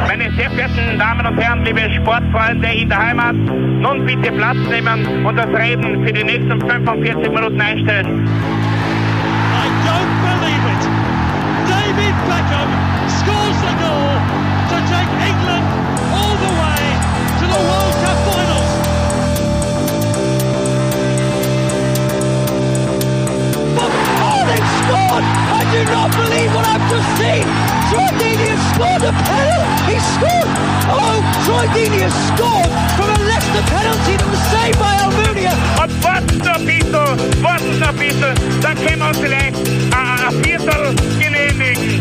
Meine sehr verehrten Damen und Herren, liebe Sportfreunde in der Heimat, nun bitte Platz nehmen und das Reden für die nächsten 45 Minuten einstellen. I don't believe it. David Beckham scores the goal to take England all the way to the World Cup finals. Oh, they've scored! I do not believe what I've just seen! Troy Deeney has scored a penalty! He scored! Oh, Troy Deeney has scored from a Leicester penalty that was saved by Almunia! Und warten noch ein bisschen, dann können wir uns vielleicht ein Viertel genehmigen.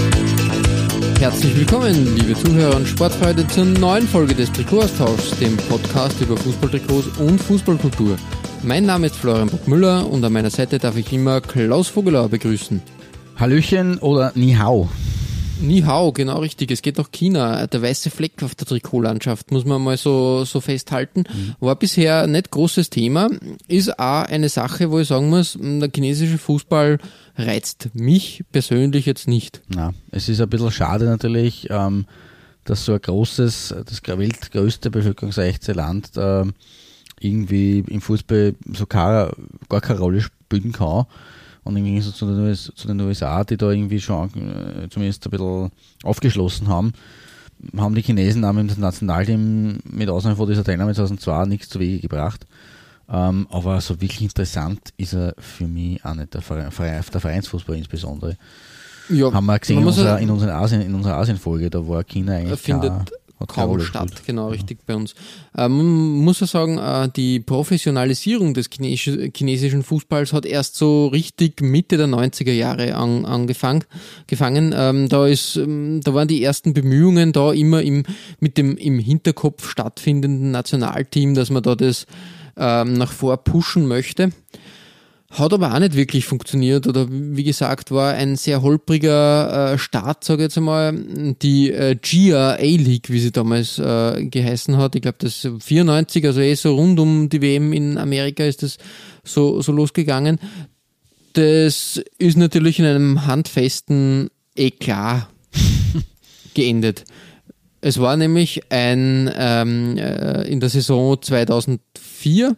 Herzlich willkommen, liebe Zuhörer und Sportfreunde, zur neuen Folge des Trikotaustauschs, dem Podcast über Fußballtrikots und Fußballkultur. Mein Name ist Florian Bockmüller und an meiner Seite darf ich immer Klaus Vogelauer begrüßen. Hallöchen oder Ni Hao. Ni Hao, genau richtig. Es geht nach China. Der weiße Fleck auf der Trikotlandschaft, muss man mal so festhalten. War bisher nicht großes Thema. Ist auch eine Sache, wo ich sagen muss, der chinesische Fußball reizt mich persönlich jetzt nicht. Ja, es ist ein bisschen schade natürlich, dass so ein großes, das weltgrößte bevölkerungsreichste Land irgendwie im Fußball so gar keine Rolle spielen kann. Und im Gegensatz zu den USA, die da irgendwie schon zumindest ein bisschen aufgeschlossen haben die Chinesen auch mit dem Nationalteam mit Ausnahme von dieser Teilnahme 2002 nichts zu Wege gebracht. Aber so wirklich interessant ist er für mich auch nicht, der Vereinsfußball insbesondere. Ja, haben wir gesehen in unserer Asienfolge, da war China eigentlich kaum statt, genau, richtig bei uns. Man muss ja sagen, die Professionalisierung des chinesischen Fußballs hat erst so richtig Mitte der 90er Jahre angefangen. Da waren die ersten Bemühungen da immer mit dem im Hinterkopf stattfindenden Nationalteam, dass man da das nach vor pushen möchte. Hat aber auch nicht wirklich funktioniert oder wie gesagt, war ein sehr holpriger Start, sage ich jetzt einmal. Die GIA A-League, wie sie damals geheißen hat, ich glaube das 94, also so rund um die WM in Amerika ist das so losgegangen. Das ist natürlich in einem handfesten Eklat geendet. Es war nämlich in der Saison 2003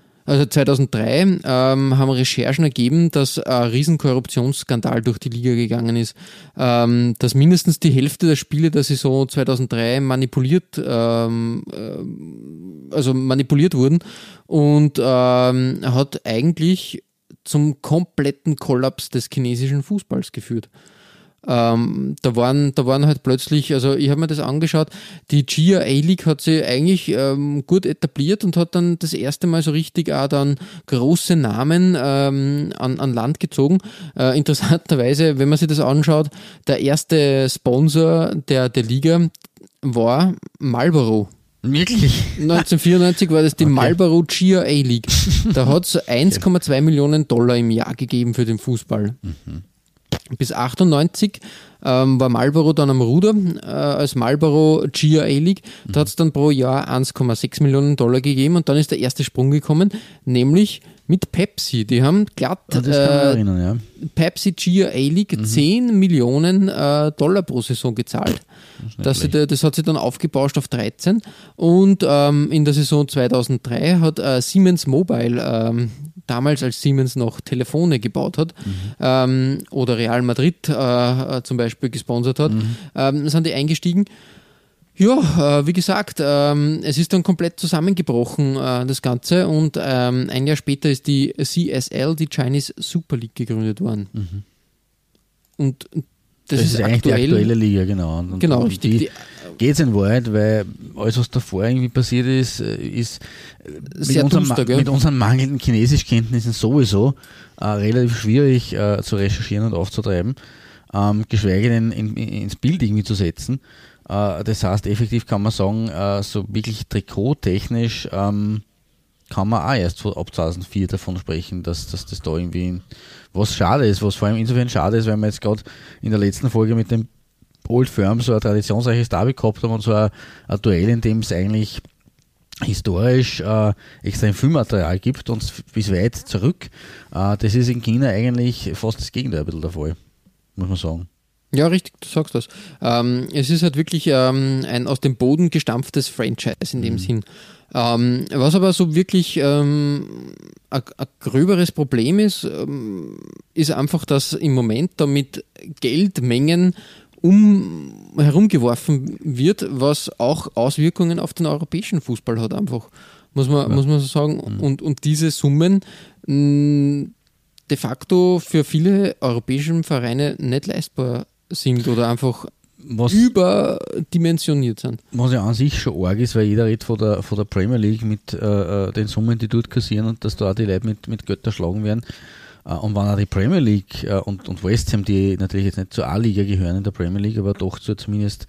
haben Recherchen ergeben, dass ein riesen Korruptionsskandal durch die Liga gegangen ist, dass mindestens die Hälfte der Spiele der Saison 2003 manipuliert wurden und hat eigentlich zum kompletten Kollaps des chinesischen Fußballs geführt. Da waren halt plötzlich, also ich habe mir das angeschaut, die GIA A-League hat sich eigentlich gut etabliert und hat dann das erste Mal so richtig auch dann große Namen an Land gezogen. Interessanterweise, wenn man sich das anschaut, der erste Sponsor der Liga war Marlboro. Wirklich? 1994 war das die Marlboro GIA A-League. Da hat es 1,2 Millionen Dollar im Jahr gegeben für den Fußball. Mhm. Bis 98 war Marlboro dann am Ruder als Marlboro GIA A-League. Da hat es dann pro Jahr 1,6 Millionen Dollar gegeben und dann ist der erste Sprung gekommen, nämlich mit Pepsi. Die haben glatt Pepsi GIA A-League 10 Millionen Dollar pro Saison gezahlt. Das hat sich dann aufgebauscht auf 13 und in der Saison 2003 hat Siemens Mobile damals, als Siemens noch Telefone gebaut hat oder Real Madrid zum Beispiel gesponsert hat, sind die eingestiegen. Ja, wie gesagt, es ist dann komplett zusammengebrochen, das Ganze, und ein Jahr später ist die CSL, die Chinese Super League, gegründet worden. Mhm. Und das ist eigentlich die aktuelle Liga, genau. Und genau, richtig. Geht es in Wahrheit, weil alles, was davor irgendwie passiert ist mit unseren mangelnden Chinesischkenntnissen sowieso relativ schwierig zu recherchieren und aufzutreiben, geschweige denn ins Bild irgendwie zu setzen. Das heißt, effektiv kann man sagen, so wirklich trikottechnisch kann man auch erst ab 2004 davon sprechen, dass das da irgendwie was schade ist, was vor allem insofern schade ist, weil wir jetzt gerade in der letzten Folge mit dem Old Firm so ein traditionsreiches Derby gehabt haben und so ein Duell, in dem es eigentlich historisch extrem viel Material gibt und bis weit zurück. Das ist in China eigentlich fast das Gegenteil ein bisschen der Fall, muss man sagen. Ja, richtig, du sagst das. Es ist halt wirklich ein aus dem Boden gestampftes Franchise in dem Sinn. Was aber so wirklich ein gröberes Problem ist, ist einfach, dass im Moment damit Geldmengen herumgeworfen wird, was auch Auswirkungen auf den europäischen Fußball hat, einfach. Muss man so sagen. Und diese Summen de facto für viele europäische Vereine nicht leistbar sind oder einfach überdimensioniert sind. Was ja an sich schon arg ist, weil jeder redet von der Premier League mit den Summen, die dort kassieren und dass da auch die Leute mit Götter schlagen werden. Und wenn auch die Premier League und West Ham, die natürlich jetzt nicht zur A-Liga gehören in der Premier League, aber doch zumindest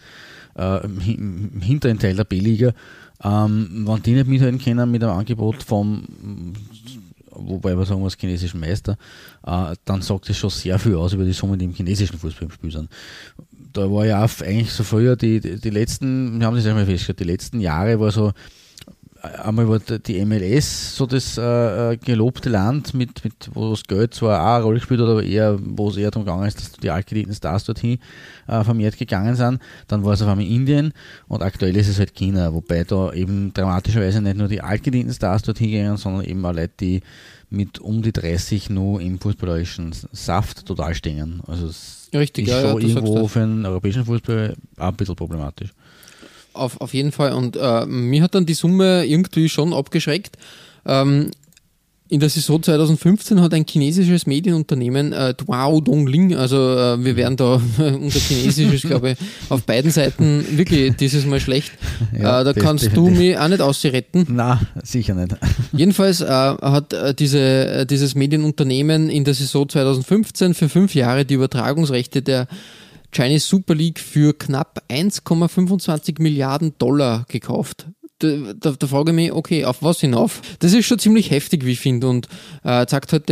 im hinteren Teil der B-Liga, wenn die nicht mithalten können mit einem Angebot wobei wir sagen, was chinesischen Meister, dann sagt es schon sehr viel aus über die Summen, die im chinesischen Fußball im Spiel sind. Da war ja auch eigentlich so früher die letzten, wir haben das einmal festgestellt, die letzten Jahre war so, einmal war die MLS so das gelobte Land, wo das Geld zwar auch eine Rolle gespielt hat, aber eher, wo es eher darum gegangen ist, dass die altgedienten Stars dorthin vermehrt gegangen sind. Dann war es auf einmal Indien und aktuell ist es halt China, wobei da eben dramatischerweise nicht nur die altgedienten Stars dorthin gehen, sondern eben auch Leute, die mit um die 30 nur im fußballerischen Saft total stehen. Also es ist schon irgendwo für den europäischen Fußball auch ein bisschen problematisch. Auf jeden Fall. Und mir hat dann die Summe irgendwie schon abgeschreckt. In der Saison 2015 hat ein chinesisches Medienunternehmen, Duao Dongling, also wir werden da unter Chinesisches, glaube ich, auf beiden Seiten wirklich dieses Mal schlecht. Ja, da kannst du mich auch nicht ausretten. Na, sicher nicht. Jedenfalls hat dieses Medienunternehmen in der Saison 2015 für 5 Jahre die Übertragungsrechte der Chinese Super League für knapp 1,25 Milliarden Dollar gekauft. Da frage ich mich, okay, auf was hinauf? Das ist schon ziemlich heftig, wie ich finde, und zeigt halt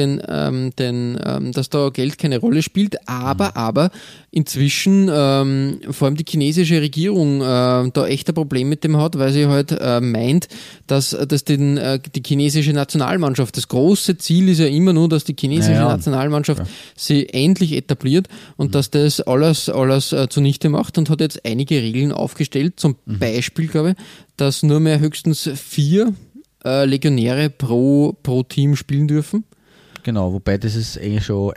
dass da Geld keine Rolle spielt, aber inzwischen vor allem die chinesische Regierung da echt ein Problem mit dem hat, weil sie halt meint, dass die chinesische Nationalmannschaft, das große Ziel ist ja immer nur, dass die chinesische Nationalmannschaft sie endlich etabliert und dass das alles zunichte macht, und hat jetzt einige Regeln aufgestellt, zum Beispiel, glaube ich, dass nur mehr höchstens 4 Legionäre pro Team spielen dürfen. Genau, wobei das ist also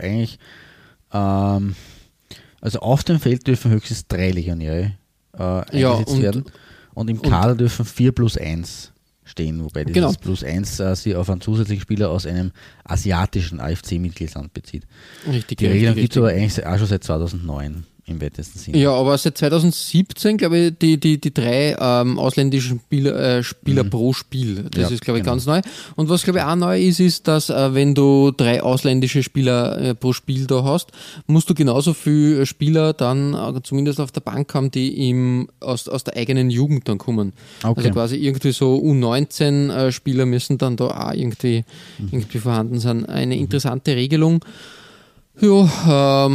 auf dem Feld dürfen höchstens 3 Legionäre eingesetzt werden und im Kader dürfen 4+1 stehen, wobei dieses +1 sie auf einen zusätzlichen Spieler aus einem asiatischen AFC-Mitgliedsland bezieht. Richtig. Die Regelung gibt es aber eigentlich auch schon seit 2009. Im weitesten Sinne. Ja, aber seit 2017, glaube ich, die 3 ausländischen Spieler pro Spiel. Das ist, glaube ich, ganz neu. Und was, glaube ich, auch neu ist, dass wenn du 3 ausländische Spieler pro Spiel da hast, musst du genauso viele Spieler dann zumindest auf der Bank haben, die aus der eigenen Jugend dann kommen. Okay. Also quasi irgendwie so U19 Spieler müssen dann da auch irgendwie vorhanden sein. Eine interessante Regelung. Ja,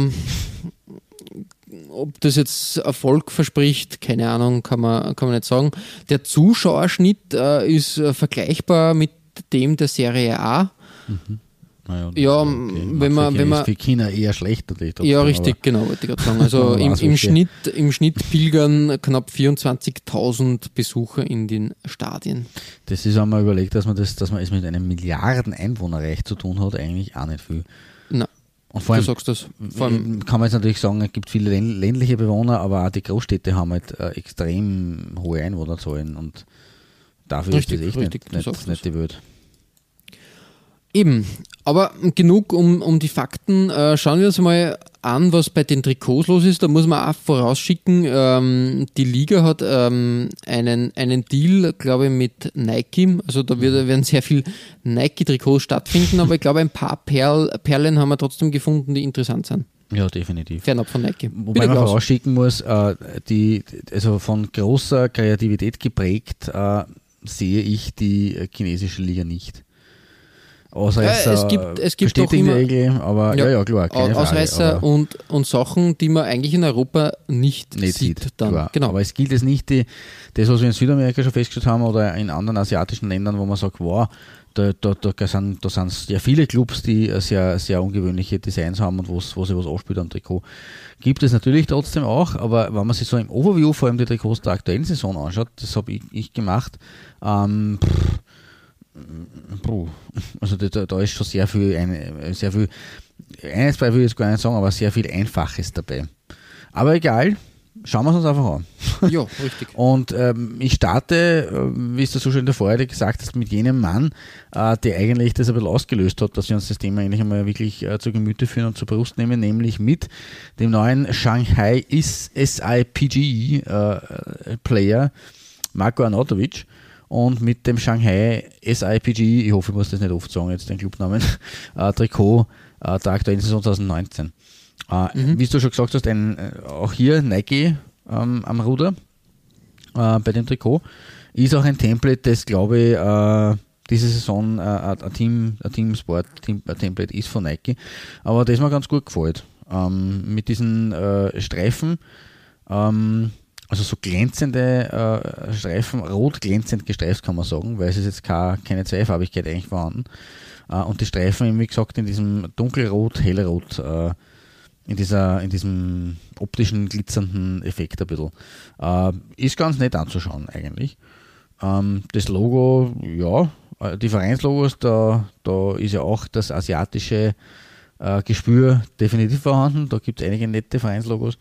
ob das jetzt Erfolg verspricht, keine Ahnung, kann man nicht sagen. Der Zuschauerschnitt ist vergleichbar mit dem der Serie A. Naja, wenn man für China eher schlecht natürlich. Ja, richtig, genau, wollte ich gerade sagen. Also im Schnitt pilgern knapp 24.000 Besucher in den Stadien. Das ist, wenn man überlegt, dass man es mit einem Milliarden-Einwohnerreich zu tun hat, eigentlich auch nicht viel. Nein. Und vor allem, du sagst das. Vor allem kann man jetzt natürlich sagen, es gibt viele ländliche Bewohner, aber auch die Großstädte haben halt extrem hohe Einwohnerzahlen und dafür ist das echt nicht die Welt. Eben, aber genug um die Fakten. Schauen wir uns mal an, was bei den Trikots los ist. Da muss man auch vorausschicken, die Liga hat einen Deal, glaube ich, mit Nike. Also da werden sehr viel Nike-Trikots stattfinden, aber ich glaube, ein paar Perlen haben wir trotzdem gefunden, die interessant sind. Ja, definitiv. Fernab von Nike. Wobei man vorausschicken muss, also von großer Kreativität geprägt, sehe ich die chinesische Liga nicht. Ausreißer, es gibt doch immer Regel, aber ja, klar, keine Frage, Ausreißer und Sachen, die man eigentlich in Europa nicht sieht. Dann. Klar. Genau. Aber es gilt jetzt nicht das, was wir in Südamerika schon festgestellt haben oder in anderen asiatischen Ländern, wo man sagt, wow, da sind ja viele Clubs, die sehr, sehr ungewöhnliche Designs haben und wo sie was ausspielt am Trikot. Gibt es natürlich trotzdem auch, aber wenn man sich so im Overview vor allem die Trikots der aktuellen Saison anschaut, das habe ich gemacht, also da ist schon sehr viel, eines will ich jetzt gar nicht sagen, aber sehr viel Einfaches dabei. Aber egal, schauen wir es uns einfach an. Ja, richtig. Und ich starte, wie es du so schön in der Vorrede gesagt hast, mit jenem Mann, der eigentlich das ein bisschen ausgelöst hat, dass wir uns das Thema eigentlich einmal wirklich zu Gemüte führen und zur Brust nehmen, nämlich mit dem neuen Shanghai SIPG Player Marko Arnautovic. Und mit dem Shanghai SIPG, ich hoffe, ich muss das nicht oft sagen, jetzt den Clubnamen, Trikot der aktuellen Saison 2019. Wie du schon gesagt hast, auch hier Nike am Ruder bei dem Trikot. Ist auch ein Template, das glaube ich diese Saison ein Teamsport-Template ist von Nike. Aber das mir ganz gut gefällt. Mit diesen Streifen, also so glänzende Streifen, rot glänzend gestreift kann man sagen, weil es ist jetzt keine Zweifarbigkeit eigentlich vorhanden. Und die Streifen, wie gesagt, in diesem dunkelrot, hellrot, in diesem optischen, glitzernden Effekt ein bisschen. Ist ganz nett anzuschauen eigentlich. Das Logo, ja, die Vereinslogos, da ist ja auch das asiatische Gespür definitiv vorhanden. Da gibt es einige nette Vereinslogos.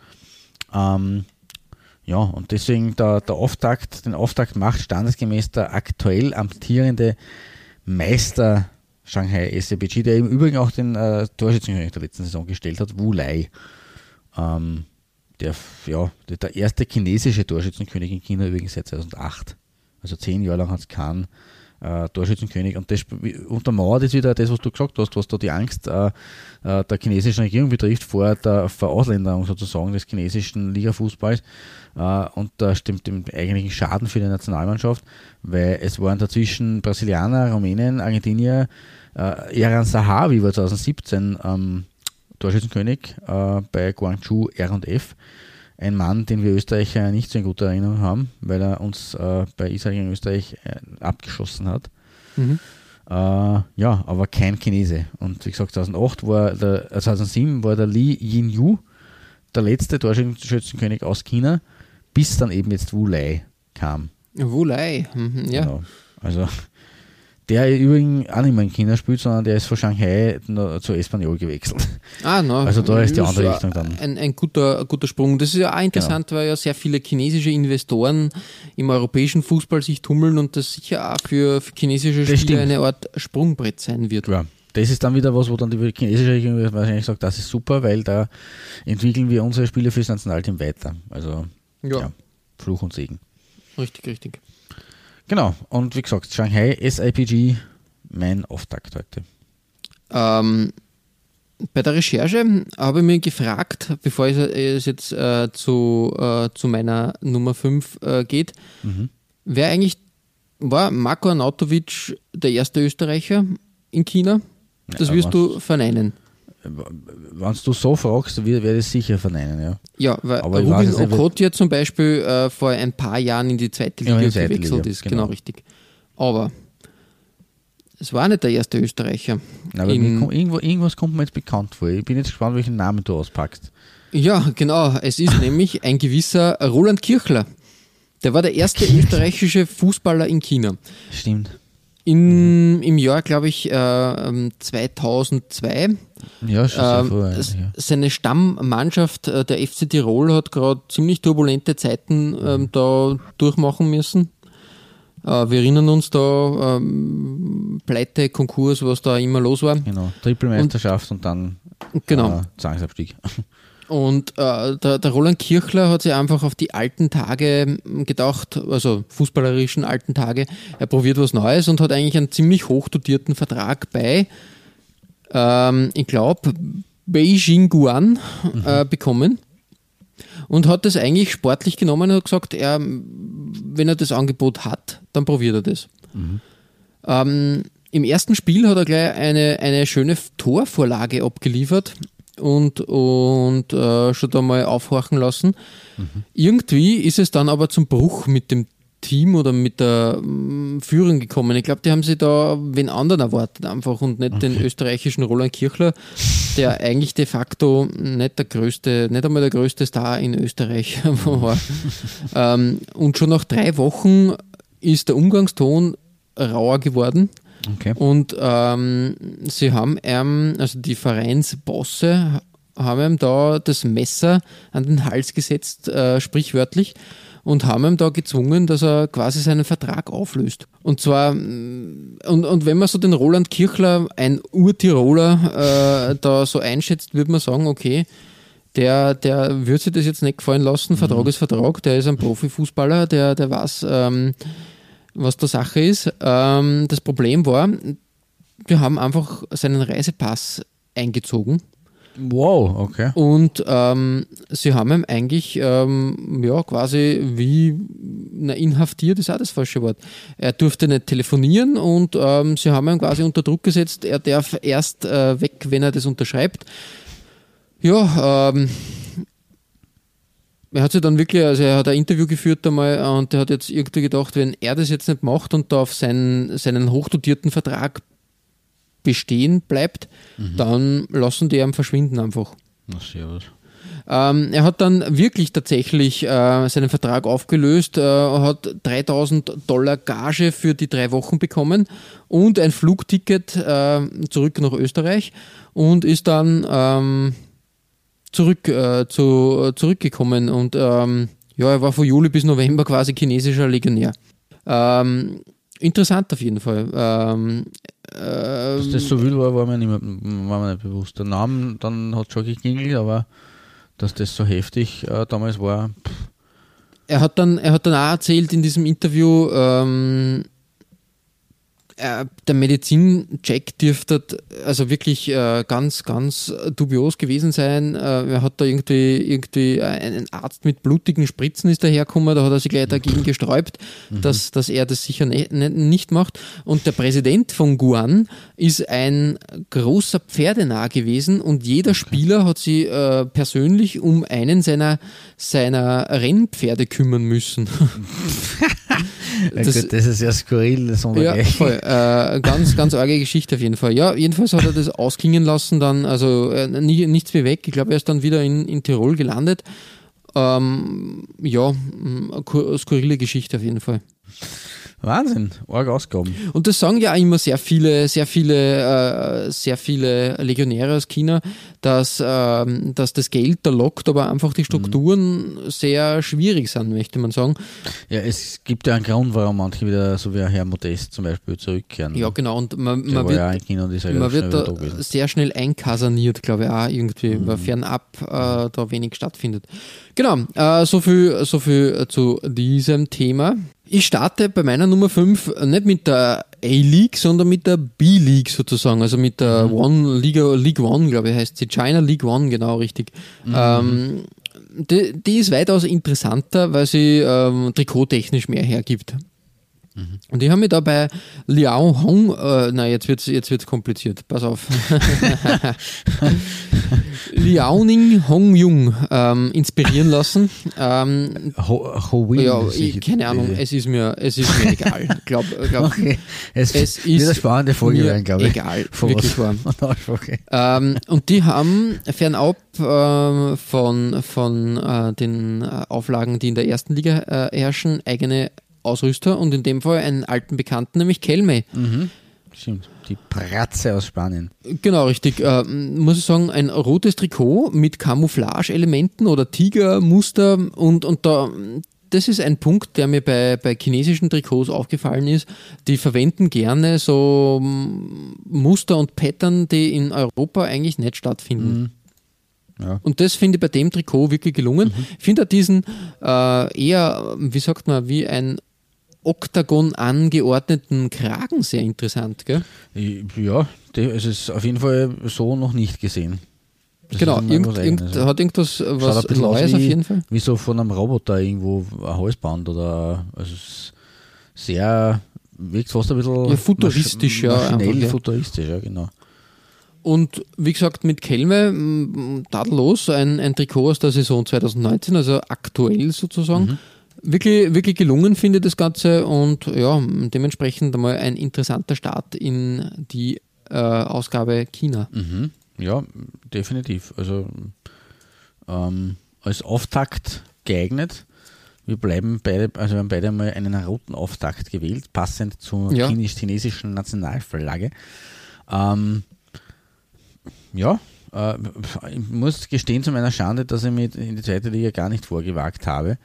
Ja, und deswegen den Auftakt macht standesgemäß der aktuell amtierende Meister Shanghai SIPG, der im Übrigen auch den Torschützenkönig der letzten Saison gestellt hat, Wu Lai. Der erste chinesische Torschützenkönig in China übrigens seit 2008. Also 10 Jahre lang hat es keinen Torschützenkönig, und das untermauert ist wieder das, was du gesagt hast, was da die Angst der chinesischen Regierung betrifft vor der Verausländerung sozusagen des chinesischen Liga-Fußballs, und da stimmt dem eigentlichen Schaden für die Nationalmannschaft, weil es waren dazwischen Brasilianer, Rumänen, Argentinier, Eran Zahavi war 2017 Torschützenkönig bei Guangzhou R&F. Ein Mann, den wir Österreicher nicht so in guter Erinnerung haben, weil er uns bei Israel gegen Österreich abgeschossen hat. Ja, aber kein Chinese. Und wie gesagt, 2007 war der Li Yinyu der letzte Torschützenkönig aus China, bis dann eben jetzt Wu Lai kam. Wu Lai, ja. Genau. Also der übrigens auch nicht mehr in China spielt, sondern der ist von Shanghai zu Espanyol gewechselt. Also da ist die andere Richtung dann. Ein guter Sprung. Das ist ja auch interessant, weil ja sehr viele chinesische Investoren im europäischen Fußball sich tummeln und das sicher auch für chinesische Spieler eine Art Sprungbrett sein wird. Ja. Das ist dann wieder was, wo dann die chinesische Regierung wahrscheinlich sagt, das ist super, weil da entwickeln wir unsere Spieler fürs Nationalteam weiter. Also ja, Fluch und Segen. Richtig. Genau, und wie gesagt, Shanghai SIPG, mein Auftakt heute. Bei der Recherche habe ich mich gefragt, bevor es jetzt zu meiner Nummer 5 geht, wer eigentlich war Marko Arnautovic der erste Österreicher in China? Das wirst du verneinen. Wenn du so fragst, werde ich es sicher verneinen, ja. Ja, weil Rubin Okotja zum Beispiel vor ein paar Jahren in die zweite Liga gewechselt ist. Genau, richtig. Aber es war nicht der erste Österreicher. Aber irgendwas kommt mir jetzt bekannt vor. Ich bin jetzt gespannt, welchen Namen du auspackst. Ja, genau. Es ist nämlich ein gewisser Roland Kirchler. Der war der erste österreichische Fußballer in China. Stimmt. Im Jahr, glaube ich, 2002. Ja, schon sehr früh. Seine Stammmannschaft, der FC Tirol, hat gerade ziemlich turbulente Zeiten da durchmachen müssen. Wir erinnern uns da, Pleite, Konkurs, was da immer los war. Genau, Trippelmeisterschaft und dann Zwangsabstieg. Und der Roland Kirchler hat sich einfach auf die alten Tage gedacht, also fußballerischen alten Tage, er probiert was Neues und hat eigentlich einen ziemlich hochdotierten Vertrag bei, ich glaube, Beijing Guan bekommen und hat das eigentlich sportlich genommen und hat gesagt, wenn er das Angebot hat, dann probiert er das. Im ersten Spiel hat er gleich eine schöne Torvorlage abgeliefert und schon da mal aufhorchen lassen. Irgendwie ist es dann aber zum Bruch mit dem Team oder mit der Führung gekommen. Ich glaube, die haben sich da wen anderen erwartet einfach und nicht den österreichischen Roland Kirchler, der eigentlich de facto nicht einmal der größte Star in Österreich war. Und schon nach 3 Wochen ist der Umgangston rauer geworden. Okay. Und sie haben also die Vereinsbosse haben ihm da das Messer an den Hals gesetzt, sprichwörtlich, und haben ihm da gezwungen, dass er quasi seinen Vertrag auflöst. Und zwar, und wenn man so den Roland Kirchler, ein Urtiroler, da so einschätzt, würde man sagen, okay, der wird sich das jetzt nicht gefallen lassen, Vertrag ist Vertrag, der ist ein Profifußballer, der weiß, was der Sache ist. Das Problem war, wir haben einfach seinen Reisepass eingezogen. Wow, okay. Und sie haben ihm eigentlich quasi wie inhaftiert, ist auch das falsche Wort. Er durfte nicht telefonieren und sie haben ihn quasi unter Druck gesetzt, er darf erst weg, wenn er das unterschreibt. Ja, er hat sich dann wirklich, also er hat ein Interview geführt einmal und er hat jetzt irgendwie gedacht, wenn er das jetzt nicht macht und da auf seinen hochdotierten Vertrag bestehen bleibt, dann lassen die ihn verschwinden einfach. Na, servus. Er hat dann wirklich tatsächlich seinen Vertrag aufgelöst, hat $3.000 Gage für die 3 Wochen bekommen und ein Flugticket zurück nach Österreich und ist dann zurückgekommen und er war von Juli bis November quasi chinesischer Legionär. Interessant auf jeden Fall. Dass das so wild war mir nicht bewusst. Der Name, dann hat es schon geklingelt, aber dass das so heftig damals war. Er hat dann auch erzählt in diesem Interview, der Medizincheck dürfte also wirklich ganz, ganz dubios gewesen sein. Er hat da irgendwie einen Arzt mit blutigen Spritzen ist dahergekommen, da hat er sich gleich dagegen gesträubt, dass er das sicher nicht macht. Und der Präsident von Guan ist ein großer Pferdenah gewesen und jeder Spieler hat sich persönlich um einen seiner Rennpferde kümmern müssen. Das ist ja skurril, das ja, voll. Ganz, ganz arge Geschichte auf jeden Fall. Ja, jedenfalls hat er das ausklingen lassen, dann, also nichts wie weg. Ich glaube, er ist dann wieder in Tirol gelandet. Skurrile Geschichte auf jeden Fall. Wahnsinn, arge Ausgaben. Und das sagen ja auch immer sehr viele Legionäre aus China, dass das Geld da lockt, aber einfach die Strukturen sehr schwierig sind, möchte man sagen. Ja, es gibt ja einen Grund, warum manche wieder, so wie Herr Modest zum Beispiel, zurückkehren. Ja, genau. Und man wird da sehr schnell einkasaniert, glaube ich, auch irgendwie, weil fernab da wenig stattfindet. Genau, so viel zu diesem Thema. Ich starte bei meiner Nummer 5 nicht mit der A-League, sondern mit der B-League sozusagen, also mit der League One, glaube ich, heißt sie. China League One, genau, richtig. Die ist weitaus interessanter, weil sie trikottechnisch mehr hergibt. Und ich habe mich da bei Liao Hong, jetzt wird's kompliziert, pass auf. Liaoning Hongyung inspirieren lassen. Keine Ahnung, es ist mir egal. Glaub, okay. Es ist eine spannende Folge werden, glaube ich. Egal, wirklich wahr. Okay. Und die haben fernab von den Auflagen, die in der ersten Liga herrschen, eigene Ausrüster und in dem Fall einen alten Bekannten, nämlich Kelme. Stimmt, die Pratze aus Spanien. Genau, richtig. Muss ich sagen, ein rotes Trikot mit Camouflage-Elementen oder Tigermuster und da, das ist ein Punkt, der mir bei chinesischen Trikots aufgefallen ist. Die verwenden gerne so Muster und Pattern, die in Europa eigentlich nicht stattfinden. Ja. Und das finde ich bei dem Trikot wirklich gelungen. Ich finde diesen eher, wie sagt man, wie ein Oktagon angeordneten Kragen sehr interessant, gell? Ja, es ist auf jeden Fall so noch nicht gesehen. Das genau, hat irgendwas was Neues auf jeden Fall. Wie so von einem Roboter irgendwo ein Halsband oder also sehr wirkt fast ein bisschen ja, futuristisch, maschinell, ja. futuristisch, ja, genau. Und wie gesagt, mit Kelme tadellos, ein Trikot aus der Saison 2019, also aktuell sozusagen. Wirklich, wirklich gelungen, finde ich das Ganze, und ja, dementsprechend einmal ein interessanter Start in die Ausgabe China. Ja, definitiv. Also als Auftakt geeignet. Wir haben beide mal einen roten Auftakt gewählt, passend zur chinesischen Nationalflagge. Ich muss gestehen zu meiner Schande, dass ich mich in die zweite Liga gar nicht vorgewagt habe.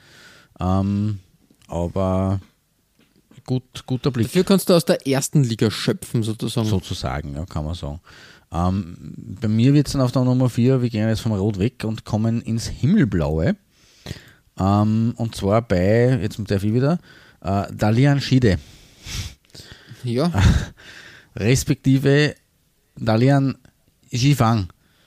Aber guter Blick. Dafür kannst du aus der ersten Liga schöpfen, sozusagen. Sozusagen, ja, kann man sagen. Bei mir wird es dann auf der Nummer 4, wir gehen jetzt vom Rot weg und kommen ins Himmelblaue. Und zwar bei, jetzt darf ich wieder, Dalian Shide. Ja. Respektive Dalian Yifang.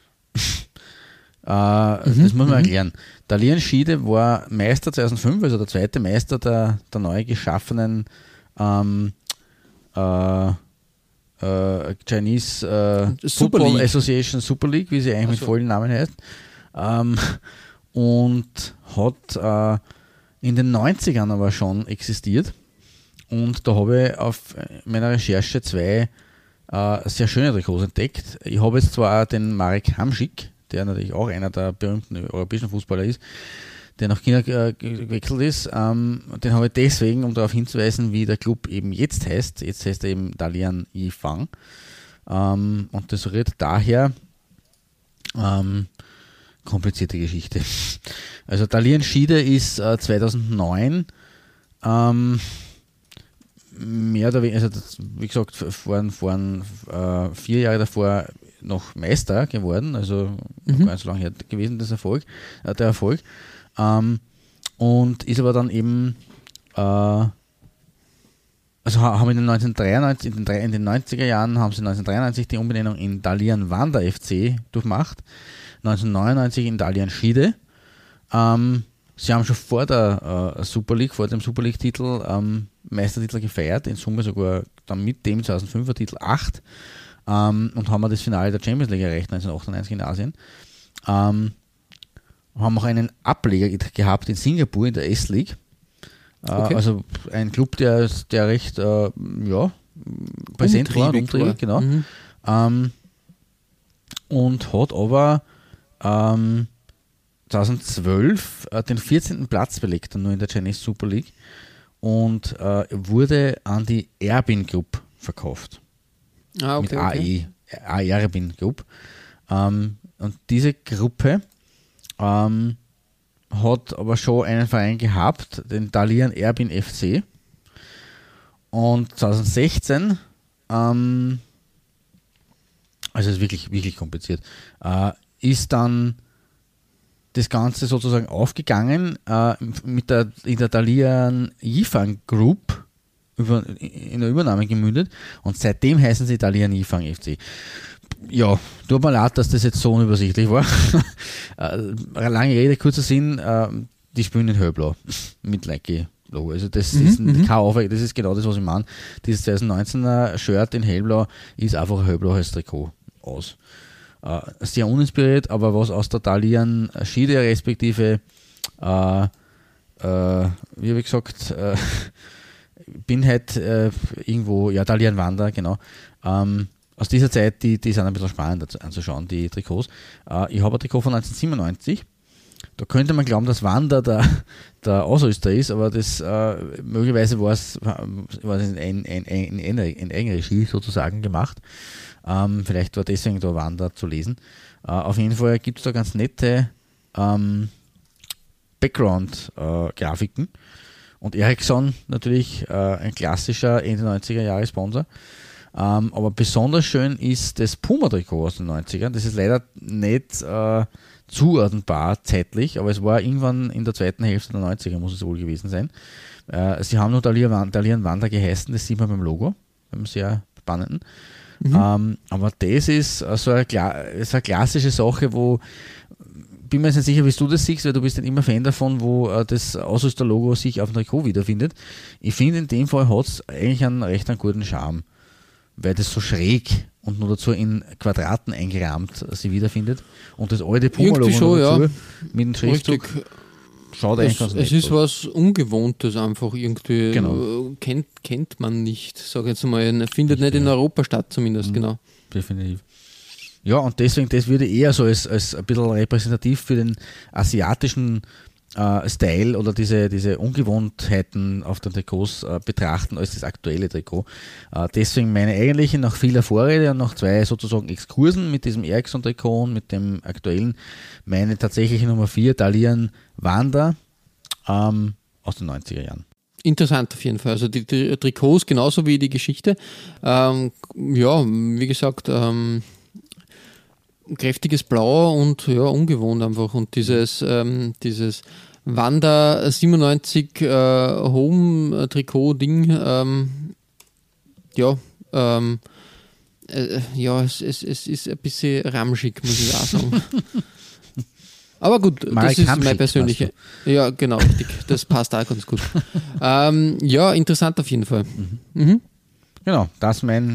Das muss man erklären. Dalian Shide war Meister 2005, also der zweite Meister der neu geschaffenen Chinese Football Association Super League, wie sie eigentlich mit vollen Namen heißt. Und hat in den 90ern aber schon existiert. Und da habe ich auf meiner Recherche 2 sehr schöne Trikots entdeckt. Ich habe jetzt zwar den Marek Hamšík, der natürlich auch einer der berühmten europäischen Fußballer ist, der nach China gewechselt ist. Den habe ich deswegen, um darauf hinzuweisen, wie der Club eben jetzt heißt. Jetzt heißt er eben Dalian Yifang. Und das rührt daher, komplizierte Geschichte. Also Dalian Shide ist 2009 mehr oder weniger, also das, wie gesagt, waren 4 Jahre davor noch Meister geworden, also gar nicht so lange her gewesen, der Erfolg. Und ist aber dann eben, also haben in den 1993, in den 90er Jahren haben sie 1993 die Umbenennung in Dalian Wanda FC durchmacht, 1999 in Dalian Shide. Sie haben schon vor der Super League, vor dem Super League-Titel Meistertitel gefeiert, in Summe sogar dann mit dem 2005er Titel 8 und haben das Finale der Champions League erreicht, 1998 in Asien. Haben auch einen Ableger gehabt in Singapur in der S-League. Okay. Also ein Club, der recht präsent war, umtriebig, genau. Und hat aber 2012 den 14. Platz belegt, nur in der Chinese Super League, und wurde an die Erbin Group verkauft. Mit AE, Erbin Group. Und diese Gruppe hat aber schon einen Verein gehabt, den Dalian Erbin FC. Und 2016, also es ist wirklich, wirklich kompliziert, ist dann das Ganze sozusagen aufgegangen in der Dalian Yifang Group in der Übernahme gemündet, und seitdem heißen sie Dalian Yifang FC. Ja, tut mir leid, dass das jetzt so unübersichtlich war. Lange Rede, kurzer Sinn, die spielen in Hellblau mit Nike-Logo. Also das ist kein Aufwand, das ist genau das, was ich meine. Dieses 2019er Shirt in Hellblau ist einfach ein hellblaues Trikot aus. Sehr uninspiriert, aber was aus der Dalian Shide respektive, wie habe ich gesagt, bin halt irgendwo, ja, Dalian Wanda, genau. Aus dieser Zeit, die sind ein bisschen spannend anzuschauen, die Trikots. Ich habe ein Trikot von 1997. Da könnte man glauben, dass Wanda der Ausrüster ist, aber das möglicherweise war es in Eigenregie sozusagen gemacht. Vielleicht war deswegen da Wanda zu lesen. Auf jeden Fall gibt es da ganz nette Background-Grafiken. Und Ericsson natürlich ein klassischer Ende 90er Jahre Sponsor. Aber besonders schön ist das Puma-Trikot aus den 90ern. Das ist leider nicht zuordnenbar zeitlich, aber es war irgendwann in der zweiten Hälfte der 90er, muss es wohl gewesen sein. Sie haben nur Dalian Wanda geheißen, das sieht man beim Logo, beim sehr spannenden. Aber das ist so eine klassische Sache, wo bin mir jetzt nicht sicher, wie du das siehst, weil du bist nicht immer Fan davon, wo das Ausrüster-Logo sich auf dem Trikot wiederfindet. Ich finde, in dem Fall hat es eigentlich einen recht guten Charme, weil das so schräg und nur dazu in Quadraten eingerahmt sich wiederfindet. Und das alte Puma-Logo dazu mit dem Schriftzug schaut eigentlich ganz nett aus. Es ist was Ungewohntes einfach irgendwie. Genau. Kennt man nicht, sage ich jetzt mal. Findet nicht in Europa statt zumindest, genau. Definitiv. Ja, und deswegen, das würde ich eher so als ein bisschen repräsentativ für den asiatischen Style oder diese Ungewohntheiten auf den Trikots betrachten als das aktuelle Trikot. Deswegen meine eigentliche, nach vieler Vorrede und nach 2 sozusagen Exkursen mit diesem Ericsson-Trikot und mit dem aktuellen, meine tatsächliche Nummer 4, Dalian Wanda aus den 90er Jahren. Interessant auf jeden Fall. Also die Trikots genauso wie die Geschichte. Wie gesagt, kräftiges Blau und ungewohnt einfach. Und dieses Wanda 97 Home-Trikot-Ding, es ist ein bisschen ramschig, muss ich auch sagen. Aber gut, das ist mein persönlicher. Ja, genau, richtig. Das passt auch ganz gut. Interessant auf jeden Fall. Genau, das ist meine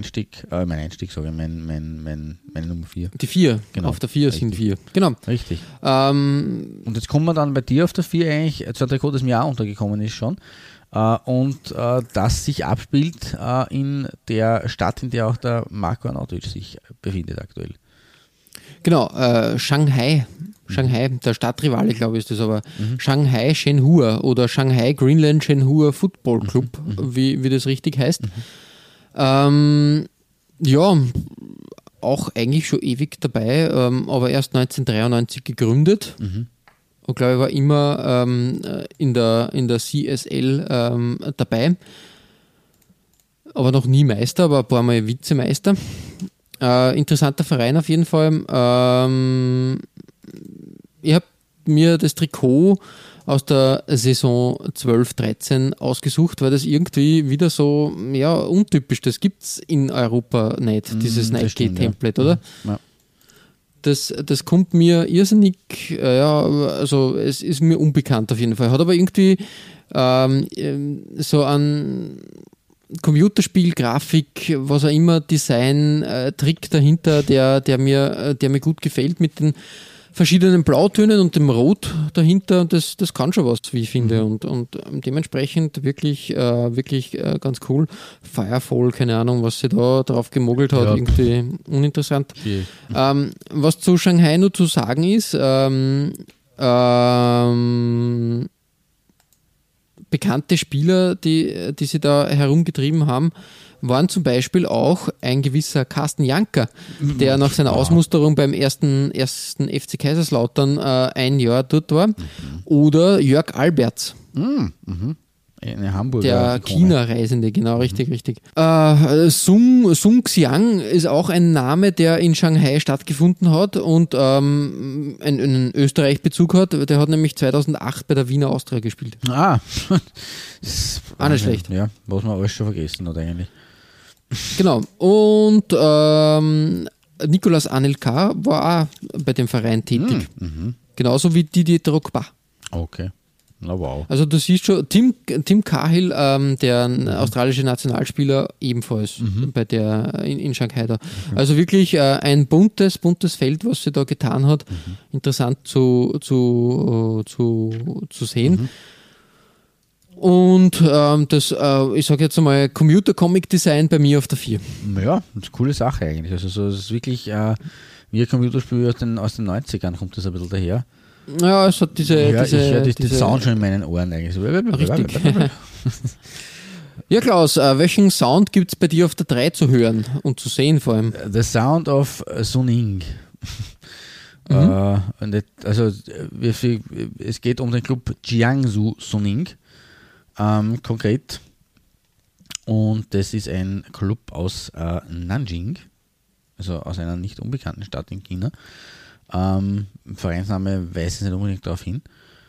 Nummer 4. Die 4, genau, auf der 4 sind 4. Genau. Richtig. Und jetzt kommen wir dann bei dir auf der 4 eigentlich zu einem Trikot, das mir auch untergekommen ist schon. Das sich abspielt in der Stadt, in der auch der Marko Arnautovic sich befindet aktuell. Genau, Shanghai, der Stadtrivale, glaube ich, ist das aber. Shanghai Shenhua oder Shanghai Greenland Shenhua Football Club, wie das richtig heißt. Auch eigentlich schon ewig dabei, aber erst 1993 gegründet. Und glaube ich, war immer in der CSL dabei. Aber noch nie Meister, aber ein paar Mal Vizemeister. Interessanter Verein auf jeden Fall. Ich habe mir das Trikot aus der Saison 12/13 ausgesucht, weil das irgendwie wieder so untypisch, das gibt es in Europa nicht, dieses Nike-Template, oder? Ja. Das kommt mir irrsinnig, also es ist mir unbekannt auf jeden Fall, hat aber irgendwie so an Computerspiel, Grafik, was auch immer, Design, Trick dahinter, der mir gut gefällt mit den verschiedenen Blautönen und dem Rot dahinter. Das kann schon was, wie ich finde. Und dementsprechend wirklich ganz cool. Firefall, keine Ahnung, was sie da drauf gemogelt hat, irgendwie uninteressant. Was zu Shanghai nur zu sagen ist, bekannte Spieler, die sie da herumgetrieben haben, waren zum Beispiel auch ein gewisser Carsten Janker, der nach seiner Ausmusterung beim ersten FC Kaiserslautern ein Jahr dort war. Oder Jörg Alberts. Eine Hamburger. Der China-Reisende, genau, richtig. Sung Xiang ist auch ein Name, der in Shanghai stattgefunden hat und einen Österreich-Bezug hat. Der hat nämlich 2008 bei der Wiener Austria gespielt. Auch nicht schlecht. Ja, was man alles schon vergessen hat eigentlich. Genau. Und Nicolas Anelka war auch bei dem Verein tätig. Genauso wie Didier Drogba. Okay. Na wow. Also du siehst schon, Tim Cahill, der australische Nationalspieler, ebenfalls bei der in Shanghai da. Also wirklich ein buntes Feld, was sie da getan hat. Interessant zu sehen. Und ich sage jetzt einmal, Computer-Comic-Design bei mir auf der 4. Ja, das ist eine coole Sache eigentlich. Also so, das ist wirklich wie ein Computerspiel aus den 90ern, kommt das ein bisschen daher. Ja, es hat diese den Sound schon in meinen Ohren eigentlich. Richtig. Ja, Klaus, welchen Sound gibt es bei dir auf der 3 zu hören und zu sehen vor allem? The Sound of Suning. Es geht um den Club Jiangsu Suning konkret. Und das ist ein Club aus Nanjing, also aus einer nicht unbekannten Stadt in China. Vereinsname weist nicht unbedingt darauf hin.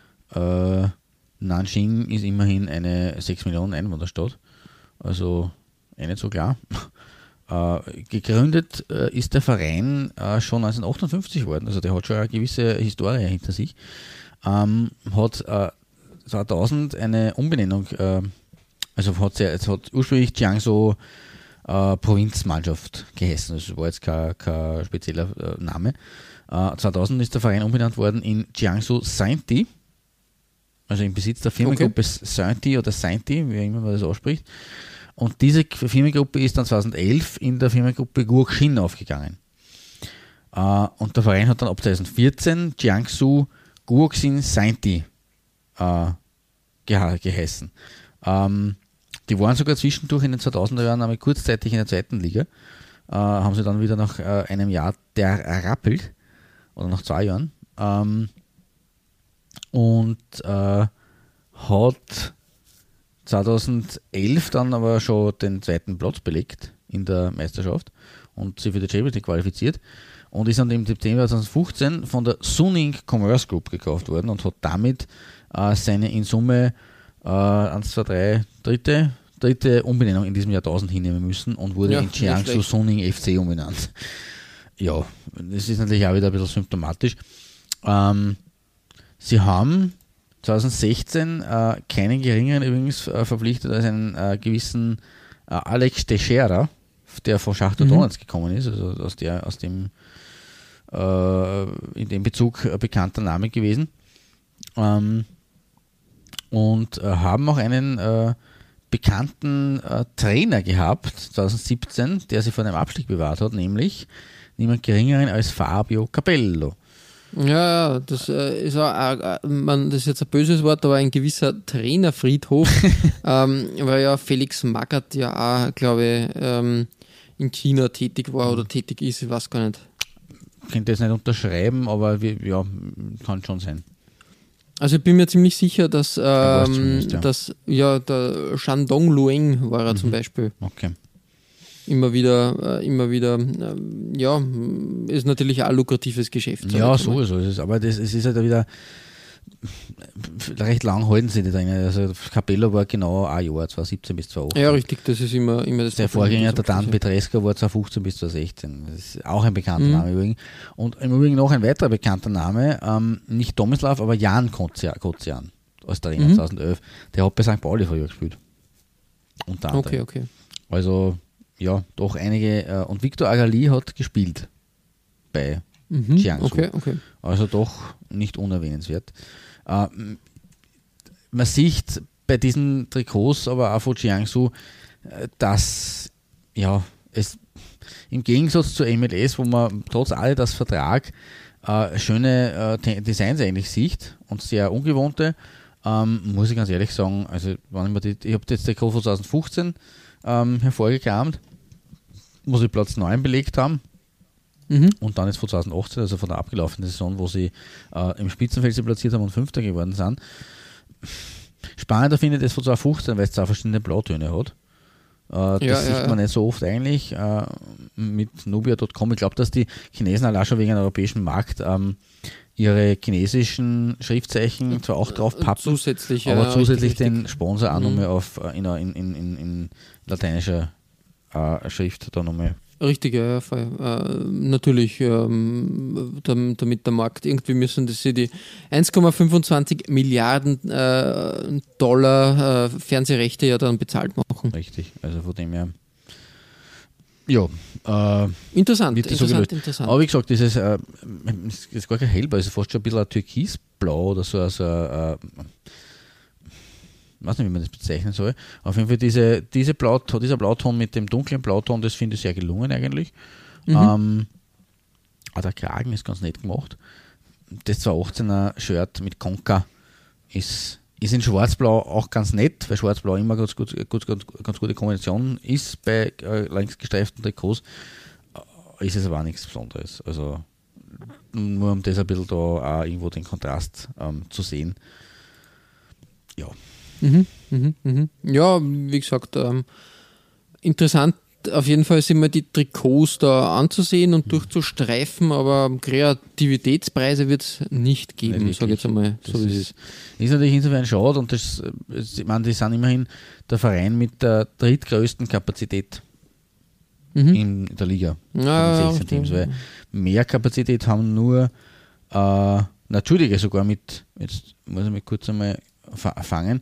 Nanjing ist immerhin eine 6 Millionen Einwohnerstadt, also nicht so klar. Gegründet ist der Verein schon 1958 worden, also der hat schon eine gewisse Historie hinter sich. Hat 2000 eine Umbenennung, es hat ursprünglich Jiangsu Provinzmannschaft geheißen, das war jetzt kein spezieller Name. 2000 ist der Verein umbenannt worden in Jiangsu Sainti, also im Besitz der Firmengruppe Sainti oder Sainti, wie immer man das ausspricht. Und diese Firmengruppe ist dann 2011 in der Firmengruppe Guoxin aufgegangen. Und der Verein hat dann ab 2014 Jiangsu Guoxin Sainti geheißen. Die waren sogar zwischendurch in den 2000er Jahren einmal kurzzeitig in der zweiten Liga. Haben sie dann wieder nach einem Jahr rappelt, oder nach 2 Jahren. Hat 2011 dann aber schon den zweiten Platz belegt in der Meisterschaft und sich für die Champions League qualifiziert und ist dann im September 2015 von der Suning Commerce Group gekauft worden und hat damit seine in Summe dritte Umbenennung in diesem Jahrtausend hinnehmen müssen und wurde in Jiangsu Suning FC umbenannt. Ja, das ist natürlich auch wieder ein bisschen symptomatisch. Sie haben 2016 keinen geringeren übrigens verpflichtet als einen gewissen Alex Teixeira, der von Schachtar Donetsk gekommen ist, also aus dem in dem Bezug bekannter Name gewesen. Und haben auch einen bekannten Trainer gehabt, 2017, der sich vor einem Abstieg bewahrt hat, nämlich niemand geringeren als Fabio Capello. Ja, das ist auch, das ist jetzt ein böses Wort, aber ein gewisser Trainerfriedhof, weil ja Felix Magath ja auch, glaube ich, in China tätig war oder tätig ist, ich weiß gar nicht. Ich könnte das nicht unterschreiben, aber ja, kann schon sein. Also ich bin mir ziemlich sicher, dass der Shandong Lueng war er zum Beispiel. Okay. Immer wieder, ist natürlich auch ein lukratives Geschäft. Ja, sowieso. Aber es ist halt wieder recht lang halten sie die Dinge. Also Capello war genau ein Jahr, 2017 bis 2018. Ja, richtig, das ist immer das. Der Vorgänger, der Dan Petresca, war 2015 bis 2016. Das ist auch ein bekannter Name übrigens. Und im Übrigen noch ein weiterer bekannter Name, nicht Tomislav, aber Jan Kocian als Trainer 2011. Der hat bei St. Pauli früher gespielt. Unter anderem. Okay. Also ja, doch einige. Und Victor Agali hat gespielt bei Jiangsu. Okay. Also doch nicht unerwähnenswert. Man sieht bei diesen Trikots, aber auch von Jiangsu, dass es im Gegensatz zur MLS, wo man trotz Adidas-Vertrag schöne Designs eigentlich sieht und sehr ungewohnte, muss ich ganz ehrlich sagen, also ich habe jetzt Trikot von 2015 hervorgekramt, wo sie Platz 9 belegt haben. Und dann ist von 2018, also von der abgelaufenen Saison, wo sie im Spitzenfeld sie platziert haben und Fünfter geworden sind. Spannender finde ich das von 2015, weil es 2 verschiedene Blautöne hat. Das sieht man nicht so oft eigentlich mit Nubia.com. Ich glaube, dass die Chinesen allein schon wegen dem europäischen Markt ihre chinesischen Schriftzeichen zwar auch drauf pappen, zusätzlich richtig. Den Sponsor auch nochmal in lateinischer Schrift da nochmal. Richtig, ja, voll. Natürlich, damit der Markt, irgendwie müssen sie die 1,25 Milliarden Dollar Fernsehrechte ja dann bezahlt machen. Richtig, also von dem her. Ja. Interessant. Aber wie gesagt, das ist gar kein Hellblau, es ist fast schon ein bisschen ein Türkisblau oder so. Ich weiß nicht, wie man das bezeichnen soll. Auf jeden Fall dieser Blauton mit dem dunklen Blauton, das finde ich sehr gelungen eigentlich. Der Kragen ist ganz nett gemacht. Das 218er Shirt mit Conca ist in Schwarzblau auch ganz nett, weil Schwarzblau immer ganz gute Kombination ist bei längsgestreiften Trikots. Ist es aber auch nichts Besonderes. Also nur um das ein bisschen da auch irgendwo den Kontrast zu sehen. Ja. Ja, wie gesagt, interessant auf jeden Fall sind mir die Trikots da anzusehen und durchzustreifen, aber Kreativitätspreise wird es nicht geben, sage ich jetzt einmal, so wie es ist. Ist natürlich insofern schade und ich meine, die sind immerhin der Verein mit der drittgrößten Kapazität in der Liga. Ja, 16 Teams, weil mehr Kapazität haben nur Entschuldige, sogar mit, jetzt muss ich mich kurz einmal fangen,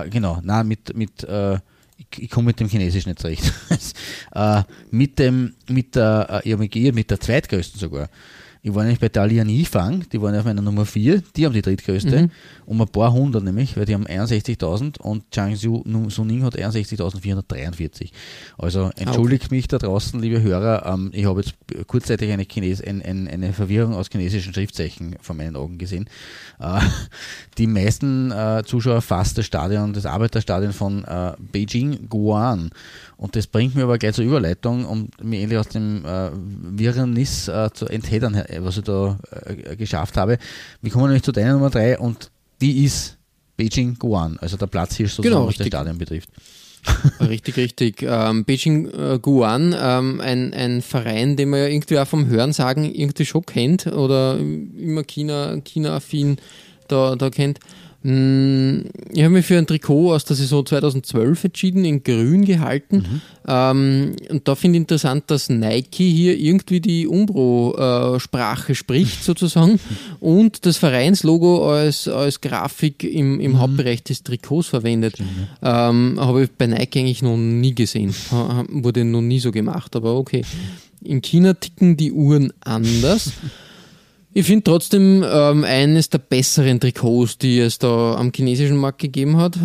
ich komme mit dem Chinesisch nicht zurecht. mit der zweitgrößten sogar. Ich war nämlich bei Dalian Yifang, die waren auf meiner Nummer 4, die haben die drittgrößte, um ein paar hundert nämlich, weil die haben 61.000 und Jiangsu Suning hat 61.443. Also entschuldigt mich da draußen, liebe Hörer, ich habe jetzt kurzzeitig eine Verwirrung aus chinesischen Schriftzeichen vor meinen Augen gesehen. Die meisten Zuschauer fasst das Arbeiterstadion von Beijing Guoan. Und das bringt mir aber gleich zur Überleitung, um mich endlich aus dem Wirrnis zu entheddern, was ich da geschafft habe. Wir kommen nämlich zu deiner Nummer 3 und die ist Beijing Guoan, also der Platzhirsch sozusagen, was das Stadion betrifft. Richtig. Beijing Guoan, ein Verein, den man ja irgendwie auch vom Hörensagen irgendwie schon kennt oder immer China-affin da kennt. Ich habe mich für ein Trikot aus der Saison 2012 entschieden, in grün gehalten. Und da finde ich interessant, dass Nike hier irgendwie die Umbro-Sprache spricht sozusagen und das Vereinslogo als Grafik im Hauptbereich des Trikots verwendet. Habe ich bei Nike eigentlich noch nie gesehen. Wurde noch nie so gemacht, aber okay. In China ticken die Uhren anders. Ich finde trotzdem eines der besseren Trikots, die es da am chinesischen Markt gegeben hat.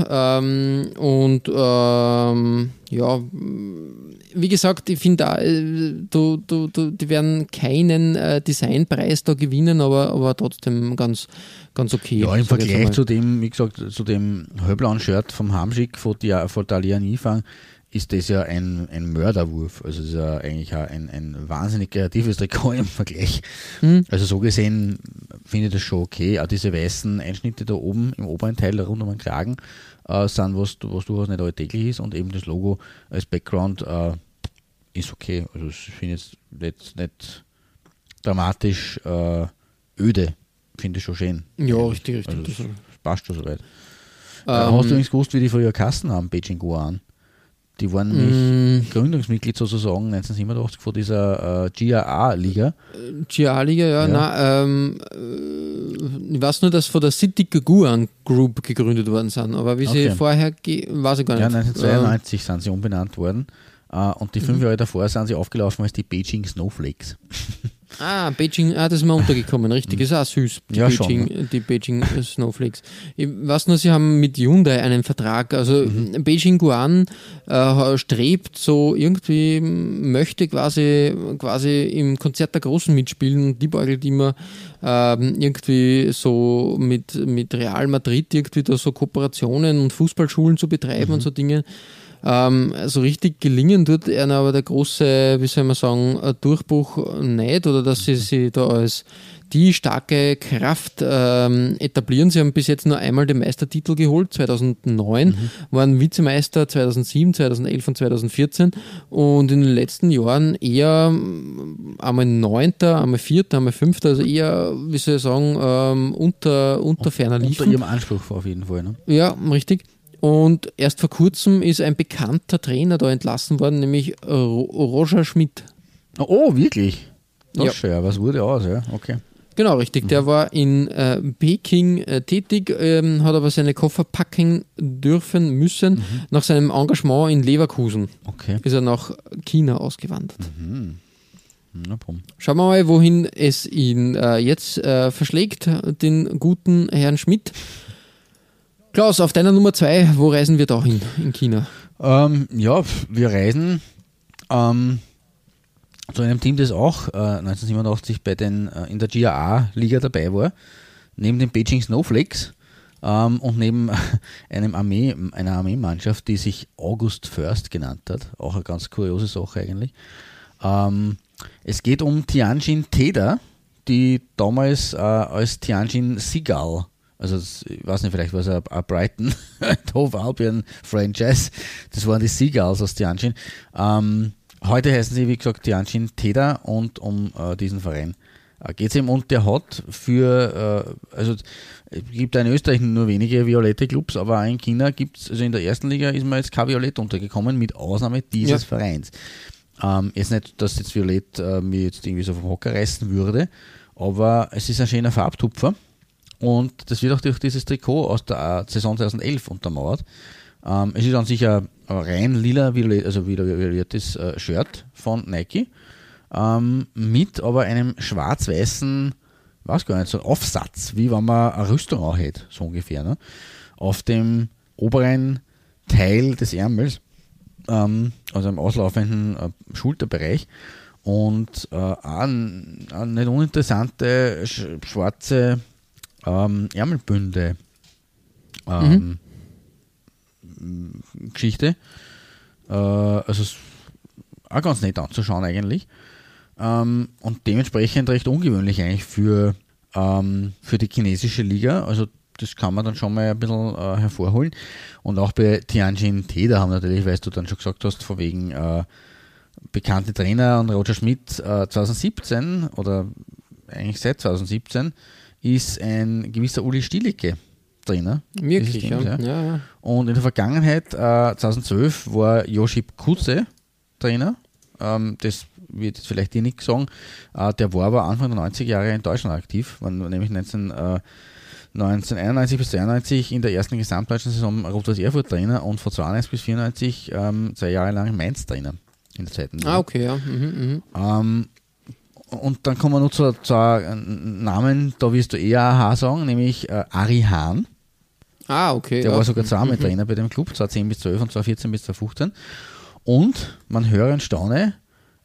Wie gesagt, ich finde die werden keinen Designpreis da gewinnen, aber trotzdem ganz okay. Ja, im Vergleich zu dem, wie gesagt, zu dem hellblauen Shirt vom Hamschick von Dalian Yifang ist das ja ein Mörderwurf. Also das ist ja eigentlich auch ein wahnsinnig kreatives Trikot im Vergleich. Also so gesehen finde ich das schon okay. Auch diese weißen Einschnitte da oben im oberen Teil rund um den Kragen sind, was durchaus nicht alltäglich ist, und eben das Logo als Background ist okay. Also ich finde jetzt nicht dramatisch öde. Finde ich schon schön. Ja, richtig. Also das passt schon soweit. Hast du übrigens gewusst, wie die früher Kassen haben, Beijing Guoan? Die waren nämlich Gründungsmitglied sozusagen 1987 von dieser GRA-Liga. GRA-Liga, ja. Ich weiß nur, dass von der City Guoan Group gegründet worden sind, aber wie sie vorher, weiß ich gar nicht. Ja, 1992 sind sie umbenannt worden und die 5 Jahre davor sind sie aufgelaufen als die Beijing Snowflakes. Beijing, das ist mir untergekommen, richtig, ist auch süß, die Beijing Snowflakes. Ich weiß nur, sie haben mit Hyundai einen Vertrag, also Beijing Guoan strebt so irgendwie, möchte quasi im Konzert der Großen mitspielen und liebäugelt immer irgendwie so mit Real Madrid irgendwie da so Kooperationen und Fußballschulen zu betreiben und so Dinge. So richtig gelingen tut ihnen aber der große, wie soll man sagen, Durchbruch nicht, oder dass sie sich da als die starke Kraft etablieren. Sie haben bis jetzt nur einmal den Meistertitel geholt, 2009, waren Vizemeister 2007, 2011 und 2014 und in den letzten Jahren eher einmal 9., einmal 4., einmal 5., also eher, wie soll ich sagen, unter ferner Liefen. Unter ihrem Anspruch auf jeden Fall. Ne? Ja, richtig. Und erst vor kurzem ist ein bekannter Trainer da entlassen worden, nämlich Roger Schmidt. Oh, wirklich? Das ist schön. Was wurde aus? Ja, okay. Genau, richtig. Der war in Peking tätig, hat aber seine Koffer packen müssen. Nach seinem Engagement in Leverkusen ist er nach China ausgewandert. Schauen wir mal, wohin es ihn jetzt verschlägt, den guten Herrn Schmidt. Klaus, auf deiner Nummer 2, wo reisen wir da hin in China? Wir reisen zu einem Team, das auch 1987 in der GRA-Liga dabei war, neben den Beijing Snowflakes und neben einer Armeemannschaft, die sich August First genannt hat. Auch eine ganz kuriose Sache eigentlich. Es geht um Tianjin Teda, die damals als Tianjin Seagull, also ich weiß nicht, vielleicht war es ein Brighton Hove Albion Franchise, das waren die Seagulls aus Tianjin. Heute heißen sie, wie gesagt, Tianjin Teda, und um diesen Verein geht es eben, und der hat also es gibt in Österreich nur wenige violette Clubs, aber auch in China gibt es, also in der ersten Liga ist man jetzt kein Violett untergekommen, mit Ausnahme dieses Vereins. Jetzt nicht, dass jetzt Violett mir jetzt irgendwie so vom Hocker reißen würde, aber es ist ein schöner Farbtupfer und das wird auch durch dieses Trikot aus der Saison 2011 untermauert. Es ist an sich ein rein lila, violettes Shirt von Nike, mit aber einem schwarz-weißen, weiß gar nicht, so ein Aufsatz, wie wenn man eine Rüstung auch hätte, so ungefähr, ne? Auf dem oberen Teil des Ärmels, also im auslaufenden Schulterbereich, und eine nicht uninteressante schwarze Ärmelbünde Geschichte. Also auch ganz nett anzuschauen eigentlich. Und dementsprechend recht ungewöhnlich eigentlich für die chinesische Liga. Also das kann man dann schon mal ein bisschen hervorholen. Und auch bei Tianjin Teda haben natürlich, weil du dann schon gesagt hast, von wegen bekannte Trainer, und Roger Schmidt 2017 oder eigentlich seit 2017 ist ein gewisser Uli Stielicke Trainer. Wirklich, ja. Und in der Vergangenheit, 2012, war Josip Kuze Trainer. Das wird jetzt vielleicht dir nichts sagen. Der war aber Anfang der 90er Jahre in Deutschland aktiv, war nämlich 1991 bis 92 in der ersten gesamtdeutschen Saison Rot-Weiß Erfurt Trainer und von 92 bis 94 2 Jahre lang Mainz Trainer in der zweiten Liga. Okay, ja. Und dann kommen wir noch zu Namen, da wirst du eher AHA sagen, nämlich Ari Hahn. Okay. Der war sogar zweimal Trainer bei dem Club, 2010 bis 12 und 2014 bis 2015. Und man höre und staune,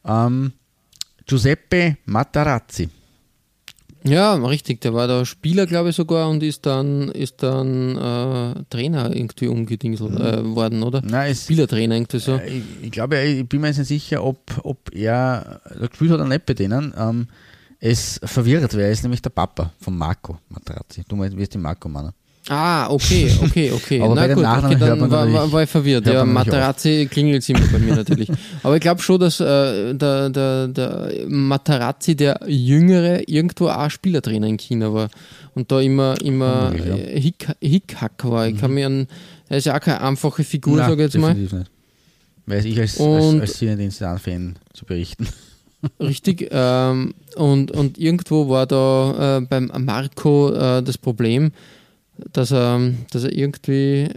Giuseppe Matarazzi. Ja, richtig, der war da Spieler, glaube ich, sogar, und ist dann Trainer irgendwie umgedingselt worden, oder? Nein, Spielertrainer irgendwie so. Ich glaube, ich bin mir jetzt nicht sicher, ob er gespielt hat oder nicht bei denen. Es verwirrt, weil er ist nämlich der Papa von Marco Matarazzi. Du wirst den Marco meinen. Okay. Aber na bei den gut, Nachnamen dann hört man war ich verwirrt. Ja, Matarazzi klingelt immer bei mir natürlich. Aber ich glaube schon, dass der Matarazzi, der Jüngere, irgendwo auch Spielertrainer in China war und da immer Hickhack war. Ich kann mir er ist ja auch keine einfache Figur, sage ich jetzt mal. Definitiv nicht. Weiß ich als Sinedienst-Fan zu berichten. Richtig. Und irgendwo war da beim Marco das Problem, dass er irgendwie,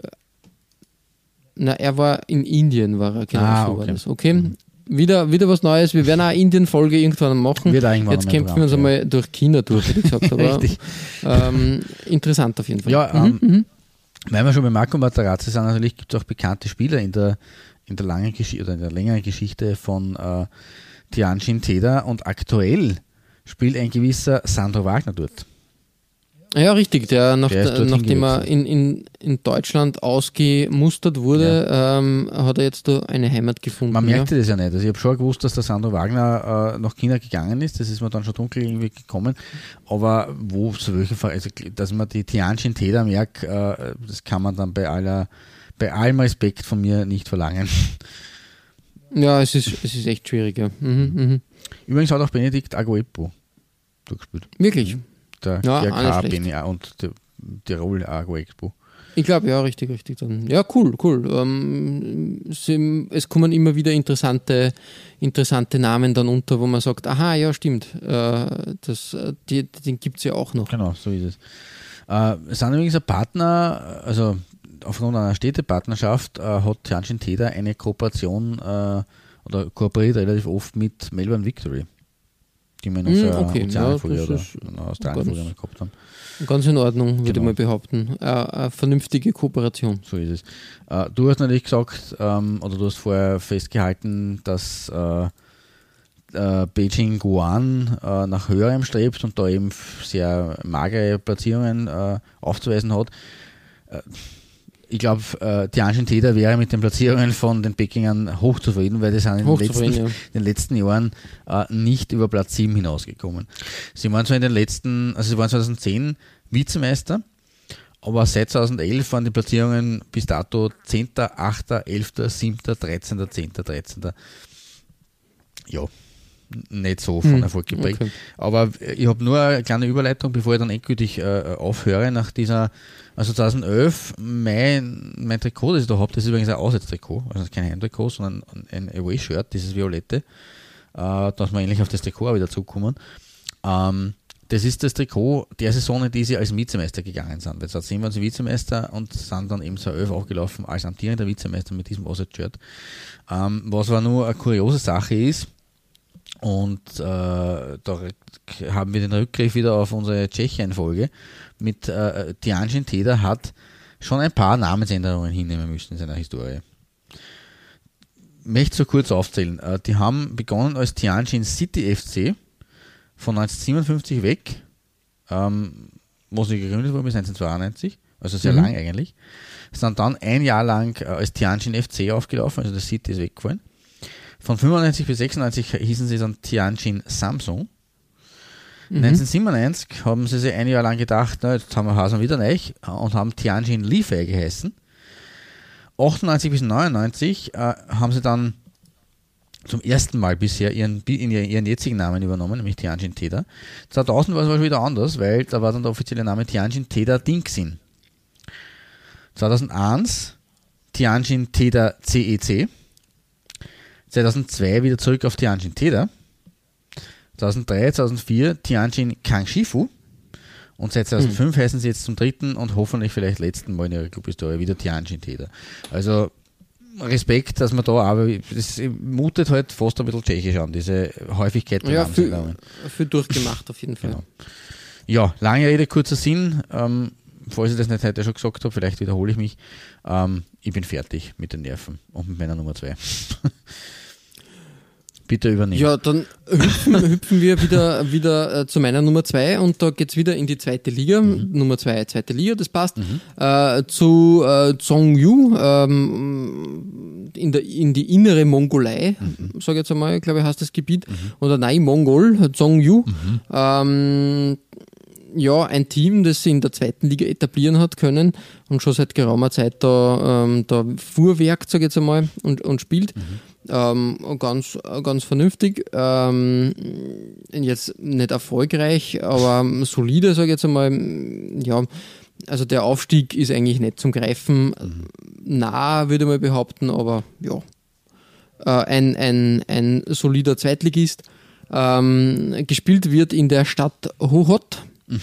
er war in Indien, war er, genau, so war das. Okay, wieder was Neues, wir werden auch eine Indien-Folge irgendwann machen. Jetzt kämpfen wir uns einmal durch China durch, hätte ich gesagt, aber interessant auf jeden Fall. Ja, weil wir schon bei Marco Matarazzi sind, natürlich gibt es auch bekannte Spieler in der langen Geschichte oder in der längeren Geschichte von Tianjin Teda, und aktuell spielt ein gewisser Sandro Wagner dort. Ja, richtig, nachdem er in Deutschland ausgemustert wurde, hat er jetzt da eine Heimat gefunden. Man merkte das ja nicht. Also ich habe schon gewusst, dass der Sandro Wagner nach China gegangen ist, das ist mir dann schon dunkel irgendwie gekommen, aber dass man die Tianjin Teda merkt, das kann man dann bei allem Respekt von mir nicht verlangen. Ja, es ist echt schwierig, ja. Übrigens hat auch Benedikt Aguepo durchgespielt. Wirklich? Der GRK Benny und der Tirol Aguepo. Ich glaube, ja, richtig dann. Ja, cool. Es kommen immer wieder interessante Namen dann unter, wo man sagt, aha, ja, stimmt, den gibt es ja auch noch. Genau, so ist es. Es sind übrigens ein Partner, also aufgrund einer Städtepartnerschaft hat Tianjin Teda eine Kooperation oder kooperiert relativ oft mit Melbourne Victory, die wir in unserer Ozeanfolge oder in einer Australien-Folge gehabt haben. Ganz in Ordnung, würde ich mal behaupten. Eine vernünftige Kooperation. So ist es. Du hast natürlich gesagt, oder du hast vorher festgehalten, dass Beijing Guoan nach höherem strebt und da eben sehr magere Platzierungen aufzuweisen hat. Ich glaube, Tianjin Teda wäre mit den Platzierungen von den Pekingern hochzufrieden, weil die sind in den letzten Jahren nicht über Platz 7 hinausgekommen. Sie waren zwar sie waren 2010 Vizemeister, aber seit 2011 waren die Platzierungen bis dato 10., 8., 11., 7., 13., 10., 13. Ja, nicht so von Erfolg geprägt. Okay. Aber ich habe nur eine kleine Überleitung, bevor ich dann endgültig aufhöre, nach dieser, also 2011, mein Trikot, das ich da habe, das ist übrigens ein Auswärtstrikot, also kein Heimtrikot, sondern ein Away-Shirt, dieses Violette, dass wir endlich auf das Trikot auch wieder zukommen. Das ist das Trikot der Saison, in die sie als Vizemeister gegangen sind. Jetzt sind wir Vizemeister und sind dann eben 2011 auch gelaufen als amtierender Vizemeister mit diesem Auswärtsshirt. Was aber nur eine kuriose Sache ist, und da haben wir den Rückgriff wieder auf unsere Tschechien-Folge mit Tianjin Teda hat schon ein paar Namensänderungen hinnehmen müssen in seiner Historie. Ich möchte so kurz aufzählen. Die haben begonnen als Tianjin City FC von 1957 weg, wo sie gegründet wurde bis 1992, also sehr lang eigentlich. Sind dann ein Jahr lang als Tianjin FC aufgelaufen, also der City ist weggefallen. Von 95 bis 96 hießen sie dann Tianjin Samsung. 1997 haben sie sich ein Jahr lang gedacht, na, jetzt haben wir wieder neu und haben Tianjin Lifei geheißen. 98 bis 99 haben sie dann zum ersten Mal bisher ihren jetzigen Namen übernommen, nämlich Tianjin Teda. 2000 war es aber schon wieder anders, weil da war dann der offizielle Name Tianjin Teda Dingxin. 2001 Tianjin Teda CEC. 2002 wieder zurück auf Tianjin Teda. 2003, 2004 Tianjin Kangshifu. Und seit 2005 heißen sie jetzt zum dritten und hoffentlich vielleicht letzten Mal in ihrer Clubhistorie wieder Tianjin Teda. Also Respekt, dass man da, aber das mutet halt fast ein bisschen tschechisch an, diese Häufigkeit der Namensänderungen. Viel durchgemacht auf jeden Fall. Genau. Ja, lange Rede, kurzer Sinn. Falls ich das nicht heute schon gesagt habe, vielleicht wiederhole ich mich. Ich bin fertig mit den Nerven und mit meiner Nummer 2. Bitte übernehmen. Ja, dann hüpfen wir wieder zu meiner Nummer 2 und da geht es wieder in die zweite Liga. Nummer 2, zweite Liga, das passt. Zu Zhongyu in die innere Mongolei, sage ich jetzt einmal, ich glaube, heißt das Gebiet, oder nein, Mongol, Zhongyu. Ja, ein Team, das sich in der zweiten Liga etablieren hat können und schon seit geraumer Zeit da Fuhrwerk, sage ich jetzt einmal, und spielt. Ganz vernünftig. Jetzt nicht erfolgreich, aber solide, sage ich jetzt einmal. Ja, also der Aufstieg ist eigentlich nicht zum Greifen nah, würde ich mal behaupten, aber ja. Ein solider Zweitligist. Gespielt wird in der Stadt Hohhot.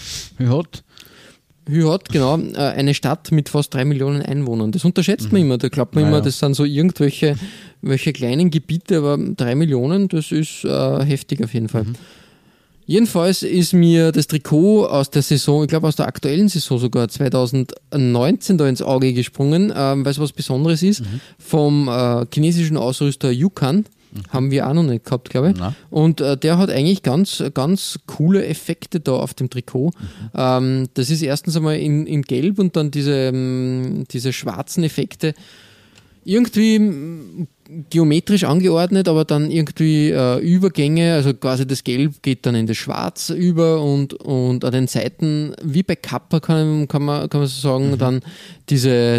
Hyot, genau, eine Stadt mit fast 3 Millionen Einwohnern. Das unterschätzt man immer, da glaubt man immer, das sind so irgendwelche kleinen Gebiete, aber 3 Millionen, das ist heftig auf jeden Fall. Jedenfalls ist mir das Trikot aus der Saison, ich glaube aus der aktuellen Saison sogar, 2019 da ins Auge gesprungen, weil es was Besonderes ist, vom chinesischen Ausrüster Yukan. Haben wir auch noch nicht gehabt, glaube ich. Na. Und der hat eigentlich ganz, ganz coole Effekte da auf dem Trikot. Das ist erstens einmal in Gelb und dann diese schwarzen Effekte. Irgendwie geometrisch angeordnet, aber dann irgendwie Übergänge, also quasi das Gelb geht dann in das Schwarz über und an den Seiten, wie bei Kappa kann man so sagen, dann diese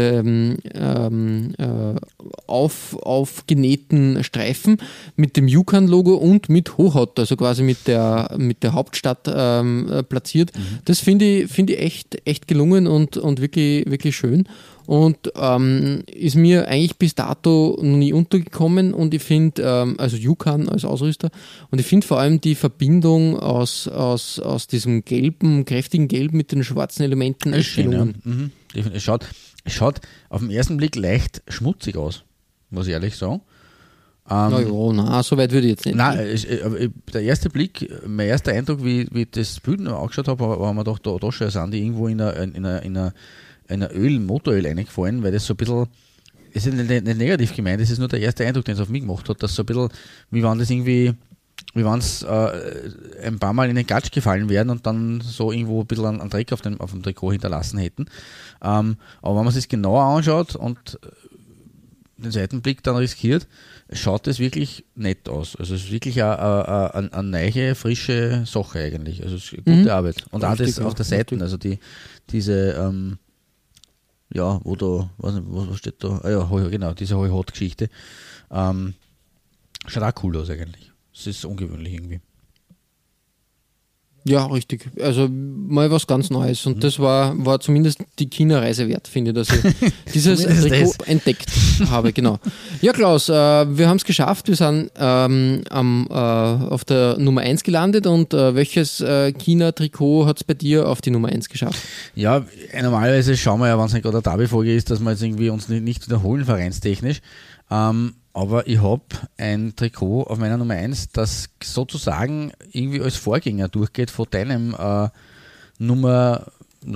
aufgenähten Streifen mit dem Yukan-Logo und mit Hohhot, also quasi mit der Hauptstadt platziert. Das finde ich echt gelungen und wirklich, wirklich schön. Und ist mir eigentlich bis dato noch nie untergekommen und ich finde, also Yukan als Ausrüster, und ich finde vor allem die Verbindung aus diesem gelben, kräftigen Gelb mit den schwarzen Elementen echt gelungen. Ja. Es schaut auf den ersten Blick leicht schmutzig aus, muss ich ehrlich sagen. So weit würde ich jetzt nicht. Nein, der erste Blick, mein erster Eindruck, wie ich das Bild noch angeschaut habe, war mir doch, da sind die irgendwo in einer Motoröl reingefallen, weil das so ein bisschen, es ist nicht negativ gemeint, es ist nur der erste Eindruck, den es auf mich gemacht hat, dass so ein bisschen, wie wenn es ein paar Mal in den Gatsch gefallen wären und dann so irgendwo ein bisschen einen Dreck auf dem Trikot hinterlassen hätten. Aber wenn man sich genauer anschaut und den zweiten Blick dann riskiert, schaut es wirklich nett aus. Also es ist wirklich eine neue, frische Sache eigentlich. Also es ist gute Arbeit. Und auch das auf der Seite, also diese wo da, was steht da? Genau, diese Hot-Geschichte. Schaut auch cool aus eigentlich. Es ist ungewöhnlich irgendwie. Ja, richtig. Also mal was ganz Neues. Und das war zumindest die China-Reise wert, finde ich, dass ich dieses Trikot entdeckt habe. Genau. Ja, Klaus, wir haben es geschafft. Wir sind auf der Nummer 1 gelandet. Und welches China-Trikot hat es bei dir auf die Nummer 1 geschafft? Ja, normalerweise schauen wir ja, wenn es nicht gerade eine Derby-Folge ist, dass wir jetzt irgendwie uns nicht wiederholen, vereinstechnisch. Aber ich habe ein Trikot auf meiner Nummer 1, das sozusagen irgendwie als Vorgänger durchgeht von deinem Nummer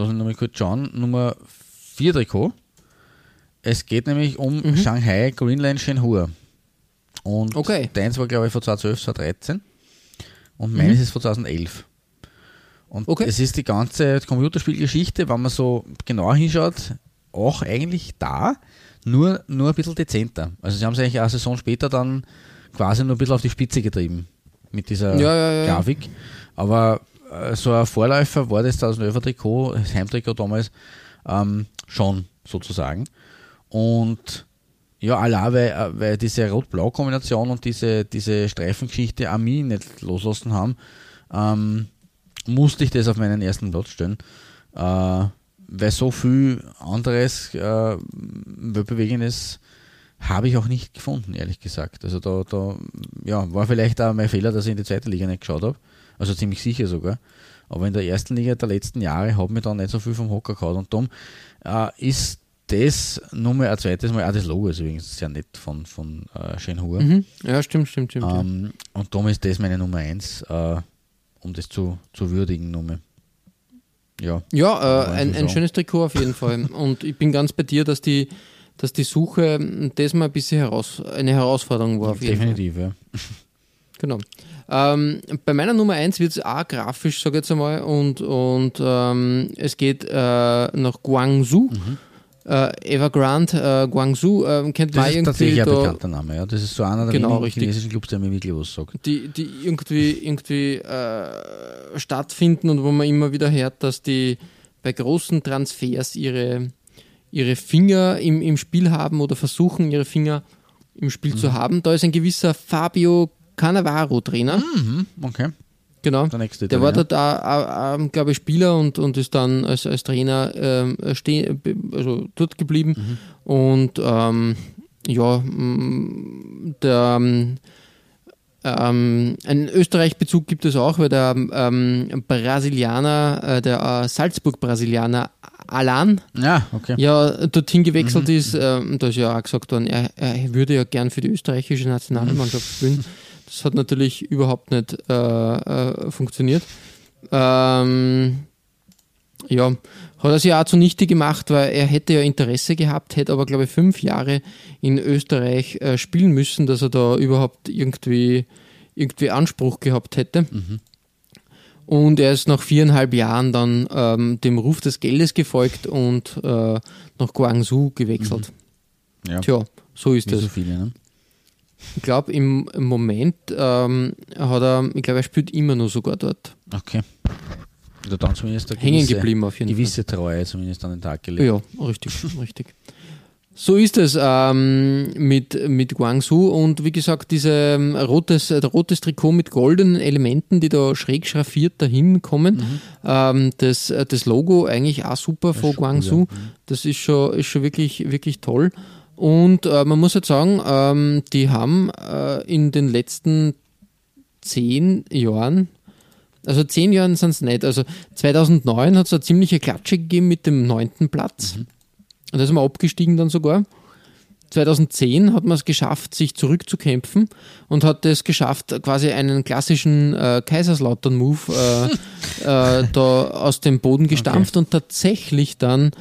4 Trikot. Es geht nämlich um Shanghai Greenland Shenhua. Und deins war, glaube ich, von 2012, 2013 und meines ist von 2011. Und es ist die ganze Computerspielgeschichte, wenn man so genauer hinschaut, auch eigentlich da, nur ein bisschen dezenter. Also sie haben es eigentlich eine Saison später dann quasi nur ein bisschen auf die Spitze getrieben mit dieser Grafik. Aber so ein Vorläufer war das 2011er Trikot, das Heimtrikot damals, schon sozusagen. Und ja, allein weil diese Rot-Blau-Kombination und diese Streifengeschichte an mich nicht loslassen haben, musste ich das auf meinen ersten Platz stellen. Weil so viel anderes Weltbewegendes habe ich auch nicht gefunden, ehrlich gesagt. Also da war vielleicht auch mein Fehler, dass ich in die zweite Liga nicht geschaut habe. Also ziemlich sicher sogar. Aber in der ersten Liga der letzten Jahre hat mich dann nicht so viel vom Hocker gehauen. Und darum ist das nur mal ein zweites Mal, auch das Logo ist übrigens sehr nett von Shenhua. Ja, stimmt. Und darum ist das meine Nummer 1, um das zu würdigen nochmal. Ja, ein schönes Trikot auf jeden Fall. Und ich bin ganz bei dir, dass die Suche das mal ein bisschen eine Herausforderung war. Auf jeden Definitiv, Fall. Ja. Genau. Bei meiner Nummer 1 wird es auch grafisch, sage ich jetzt einmal, und es geht nach Guangzhou. Evergrande Guangzou kennt man irgendwie. Das ist tatsächlich ein bekannter Name, ja. Das ist so einer der wenigen chinesischen Clubs, der mir wirklich was sagt. Die irgendwie stattfinden und wo man immer wieder hört, dass die bei großen Transfers ihre Finger im Spiel haben oder versuchen, ihre Finger im Spiel zu haben. Da ist ein gewisser Fabio Cannavaro Trainer. Okay. Genau, der war dort auch, glaube ich, Spieler und ist dann als Trainer dort geblieben. Und einen Österreich-Bezug gibt es auch, weil der Brasilianer, der Salzburg-Brasilianer Alan, dorthin gewechselt ist. Da ist ja auch gesagt worden, er würde ja gern für die österreichische Nationalmannschaft spielen. Das hat natürlich überhaupt nicht funktioniert. Hat er sich auch zunichte gemacht, weil er hätte ja Interesse gehabt, hätte aber, glaube ich, 5 Jahre in Österreich spielen müssen, dass er da überhaupt irgendwie Anspruch gehabt hätte. Und er ist nach 4,5 Jahren dann dem Ruf des Geldes gefolgt und nach Guangzhou gewechselt. Ja. Tja, so ist das. So viele, ne? Ich glaube, im Moment er spielt immer noch sogar dort. Okay. Oder dann zumindest hängen geblieben auf jeden gewisse Fall. Treue zumindest an den Tag gelegt. Ja, richtig. So ist es mit Guangzhou und wie gesagt, rotes Trikot mit goldenen Elementen, die da schräg schraffiert dahin kommen. Das Logo eigentlich auch super von Guangzhou. Das ist schon wirklich, wirklich toll. Und man muss jetzt sagen, die haben in den letzten 10 Jahren, also 10 Jahren sind es nicht, also 2009 hat es eine ziemliche Klatsche gegeben mit dem 9. Platz. Und da sind wir abgestiegen dann sogar. 2010 hat man es geschafft, sich zurückzukämpfen und hat es geschafft, quasi einen klassischen Kaiserslautern-Move da aus dem Boden gestampft und tatsächlich dann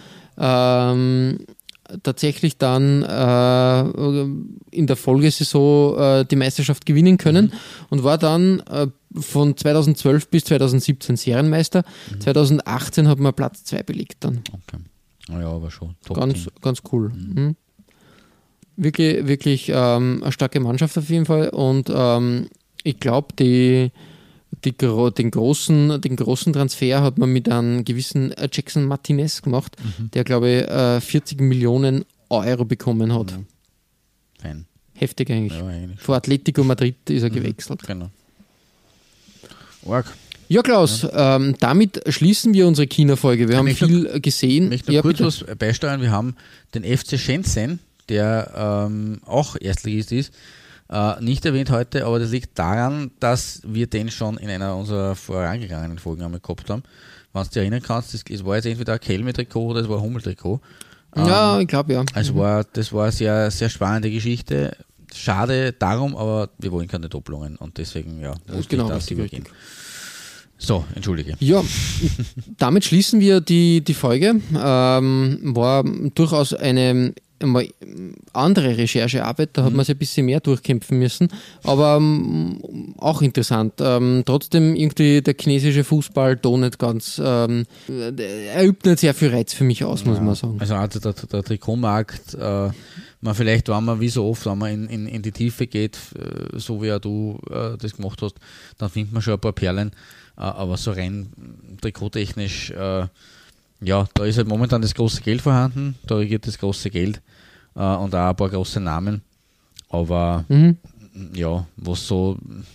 in der Folgesaison die Meisterschaft gewinnen können und war dann von 2012 bis 2017 Serienmeister. 2018 hat man Platz 2 belegt dann. Okay. Ja, aber schon. Ganz cool. Wirklich, wirklich eine starke Mannschaft auf jeden Fall und ich glaube, den großen Transfer hat man mit einem gewissen Jackson Martinez gemacht, der, glaube ich, 40 Millionen Euro bekommen hat. Fein. Heftig eigentlich. Ja, eigentlich. Vor Atletico Madrid ist er gewechselt. Genau. Arg. Ja, Klaus, damit schließen wir unsere China-Folge. Wir haben viel gesehen. Ich möchte noch kurz was beisteuern. Wir haben den FC Shenzhen, der auch Erstligist ist, nicht erwähnt heute, aber das liegt daran, dass wir den schon in einer unserer vorangegangenen Folgen einmal gehabt haben. Wenn du dich erinnern kannst, es war jetzt entweder ein Kelme-Trikot oder es war ein Hummel-Trikot. Ja, ich glaube ja. Also das war eine sehr, sehr spannende Geschichte. Schade darum, aber wir wollen keine Doppelungen und deswegen, ja, musste ich das übergehen. So, entschuldige. Ja, damit schließen wir die Folge. War durchaus eine andere Recherchearbeit, da hat man sich ein bisschen mehr durchkämpfen müssen, aber auch interessant. Trotzdem irgendwie der chinesische Fußball da nicht ganz, er übt nicht sehr viel Reiz für mich aus, muss man sagen. Also der Trikotmarkt, vielleicht, wenn man wie so oft, wenn man in die Tiefe geht, so wie auch du das gemacht hast, dann findet man schon ein paar Perlen, aber so rein trikottechnisch, ja, da ist halt momentan das große Geld vorhanden, da regiert das große Geld und auch ein paar große Namen, aber ja, was so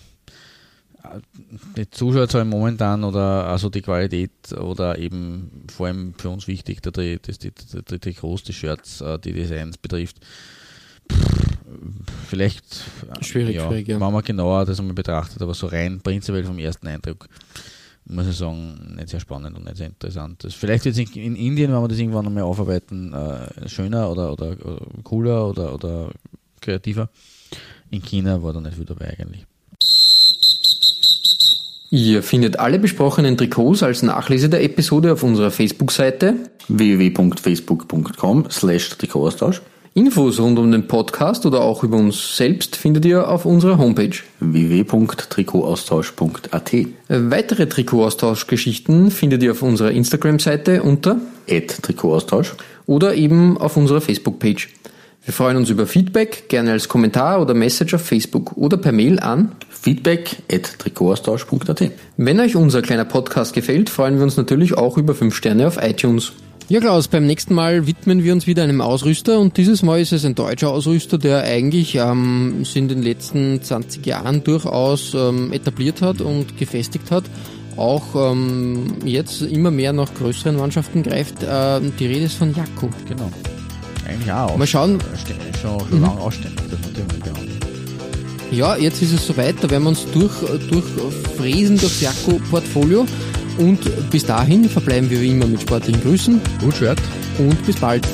die Zuschauerzahlen momentan oder also die Qualität oder eben vor allem für uns wichtig, die Trikots, die Shirts, die Designs betrifft, vielleicht schwierig, ja. Wenn man genauer das einmal betrachtet, aber so rein prinzipiell vom ersten Eindruck muss ich sagen, nicht sehr spannend und nicht sehr interessant. Vielleicht wird es in Indien, wenn wir das irgendwann einmal aufarbeiten, schöner oder cooler oder kreativer. In China war da nicht viel dabei eigentlich. Ihr findet alle besprochenen Trikots als Nachlese der Episode auf unserer Facebook-Seite www.facebook.com/Trikotaustausch. Infos rund um den Podcast oder auch über uns selbst findet ihr auf unserer Homepage www.trikotaustausch.at. Weitere Trikotaustausch-Geschichten findet ihr auf unserer Instagram-Seite unter @Trikotaustausch oder eben auf unserer Facebook-Page. Wir freuen uns über Feedback, gerne als Kommentar oder Message auf Facebook oder per Mail an feedback@trikotaustausch.at. Wenn euch unser kleiner Podcast gefällt, freuen wir uns natürlich auch über 5 Sterne auf iTunes. Ja, Klaus, beim nächsten Mal widmen wir uns wieder einem Ausrüster und dieses Mal ist es ein deutscher Ausrüster, der eigentlich sich in den letzten 20 Jahren durchaus etabliert hat und gefestigt hat. Auch jetzt immer mehr nach größeren Mannschaften greift. Die Rede ist von Jakko. Genau. Eigentlich auch. Mal schauen. Schon lange ausständig, das natürlich behandeln. Ja, jetzt ist es soweit, da werden wir uns durchfräsen durchs Jakko-Portfolio und bis dahin verbleiben wir wie immer mit sportlichen Grüßen. Gut Shirt. Und bis bald.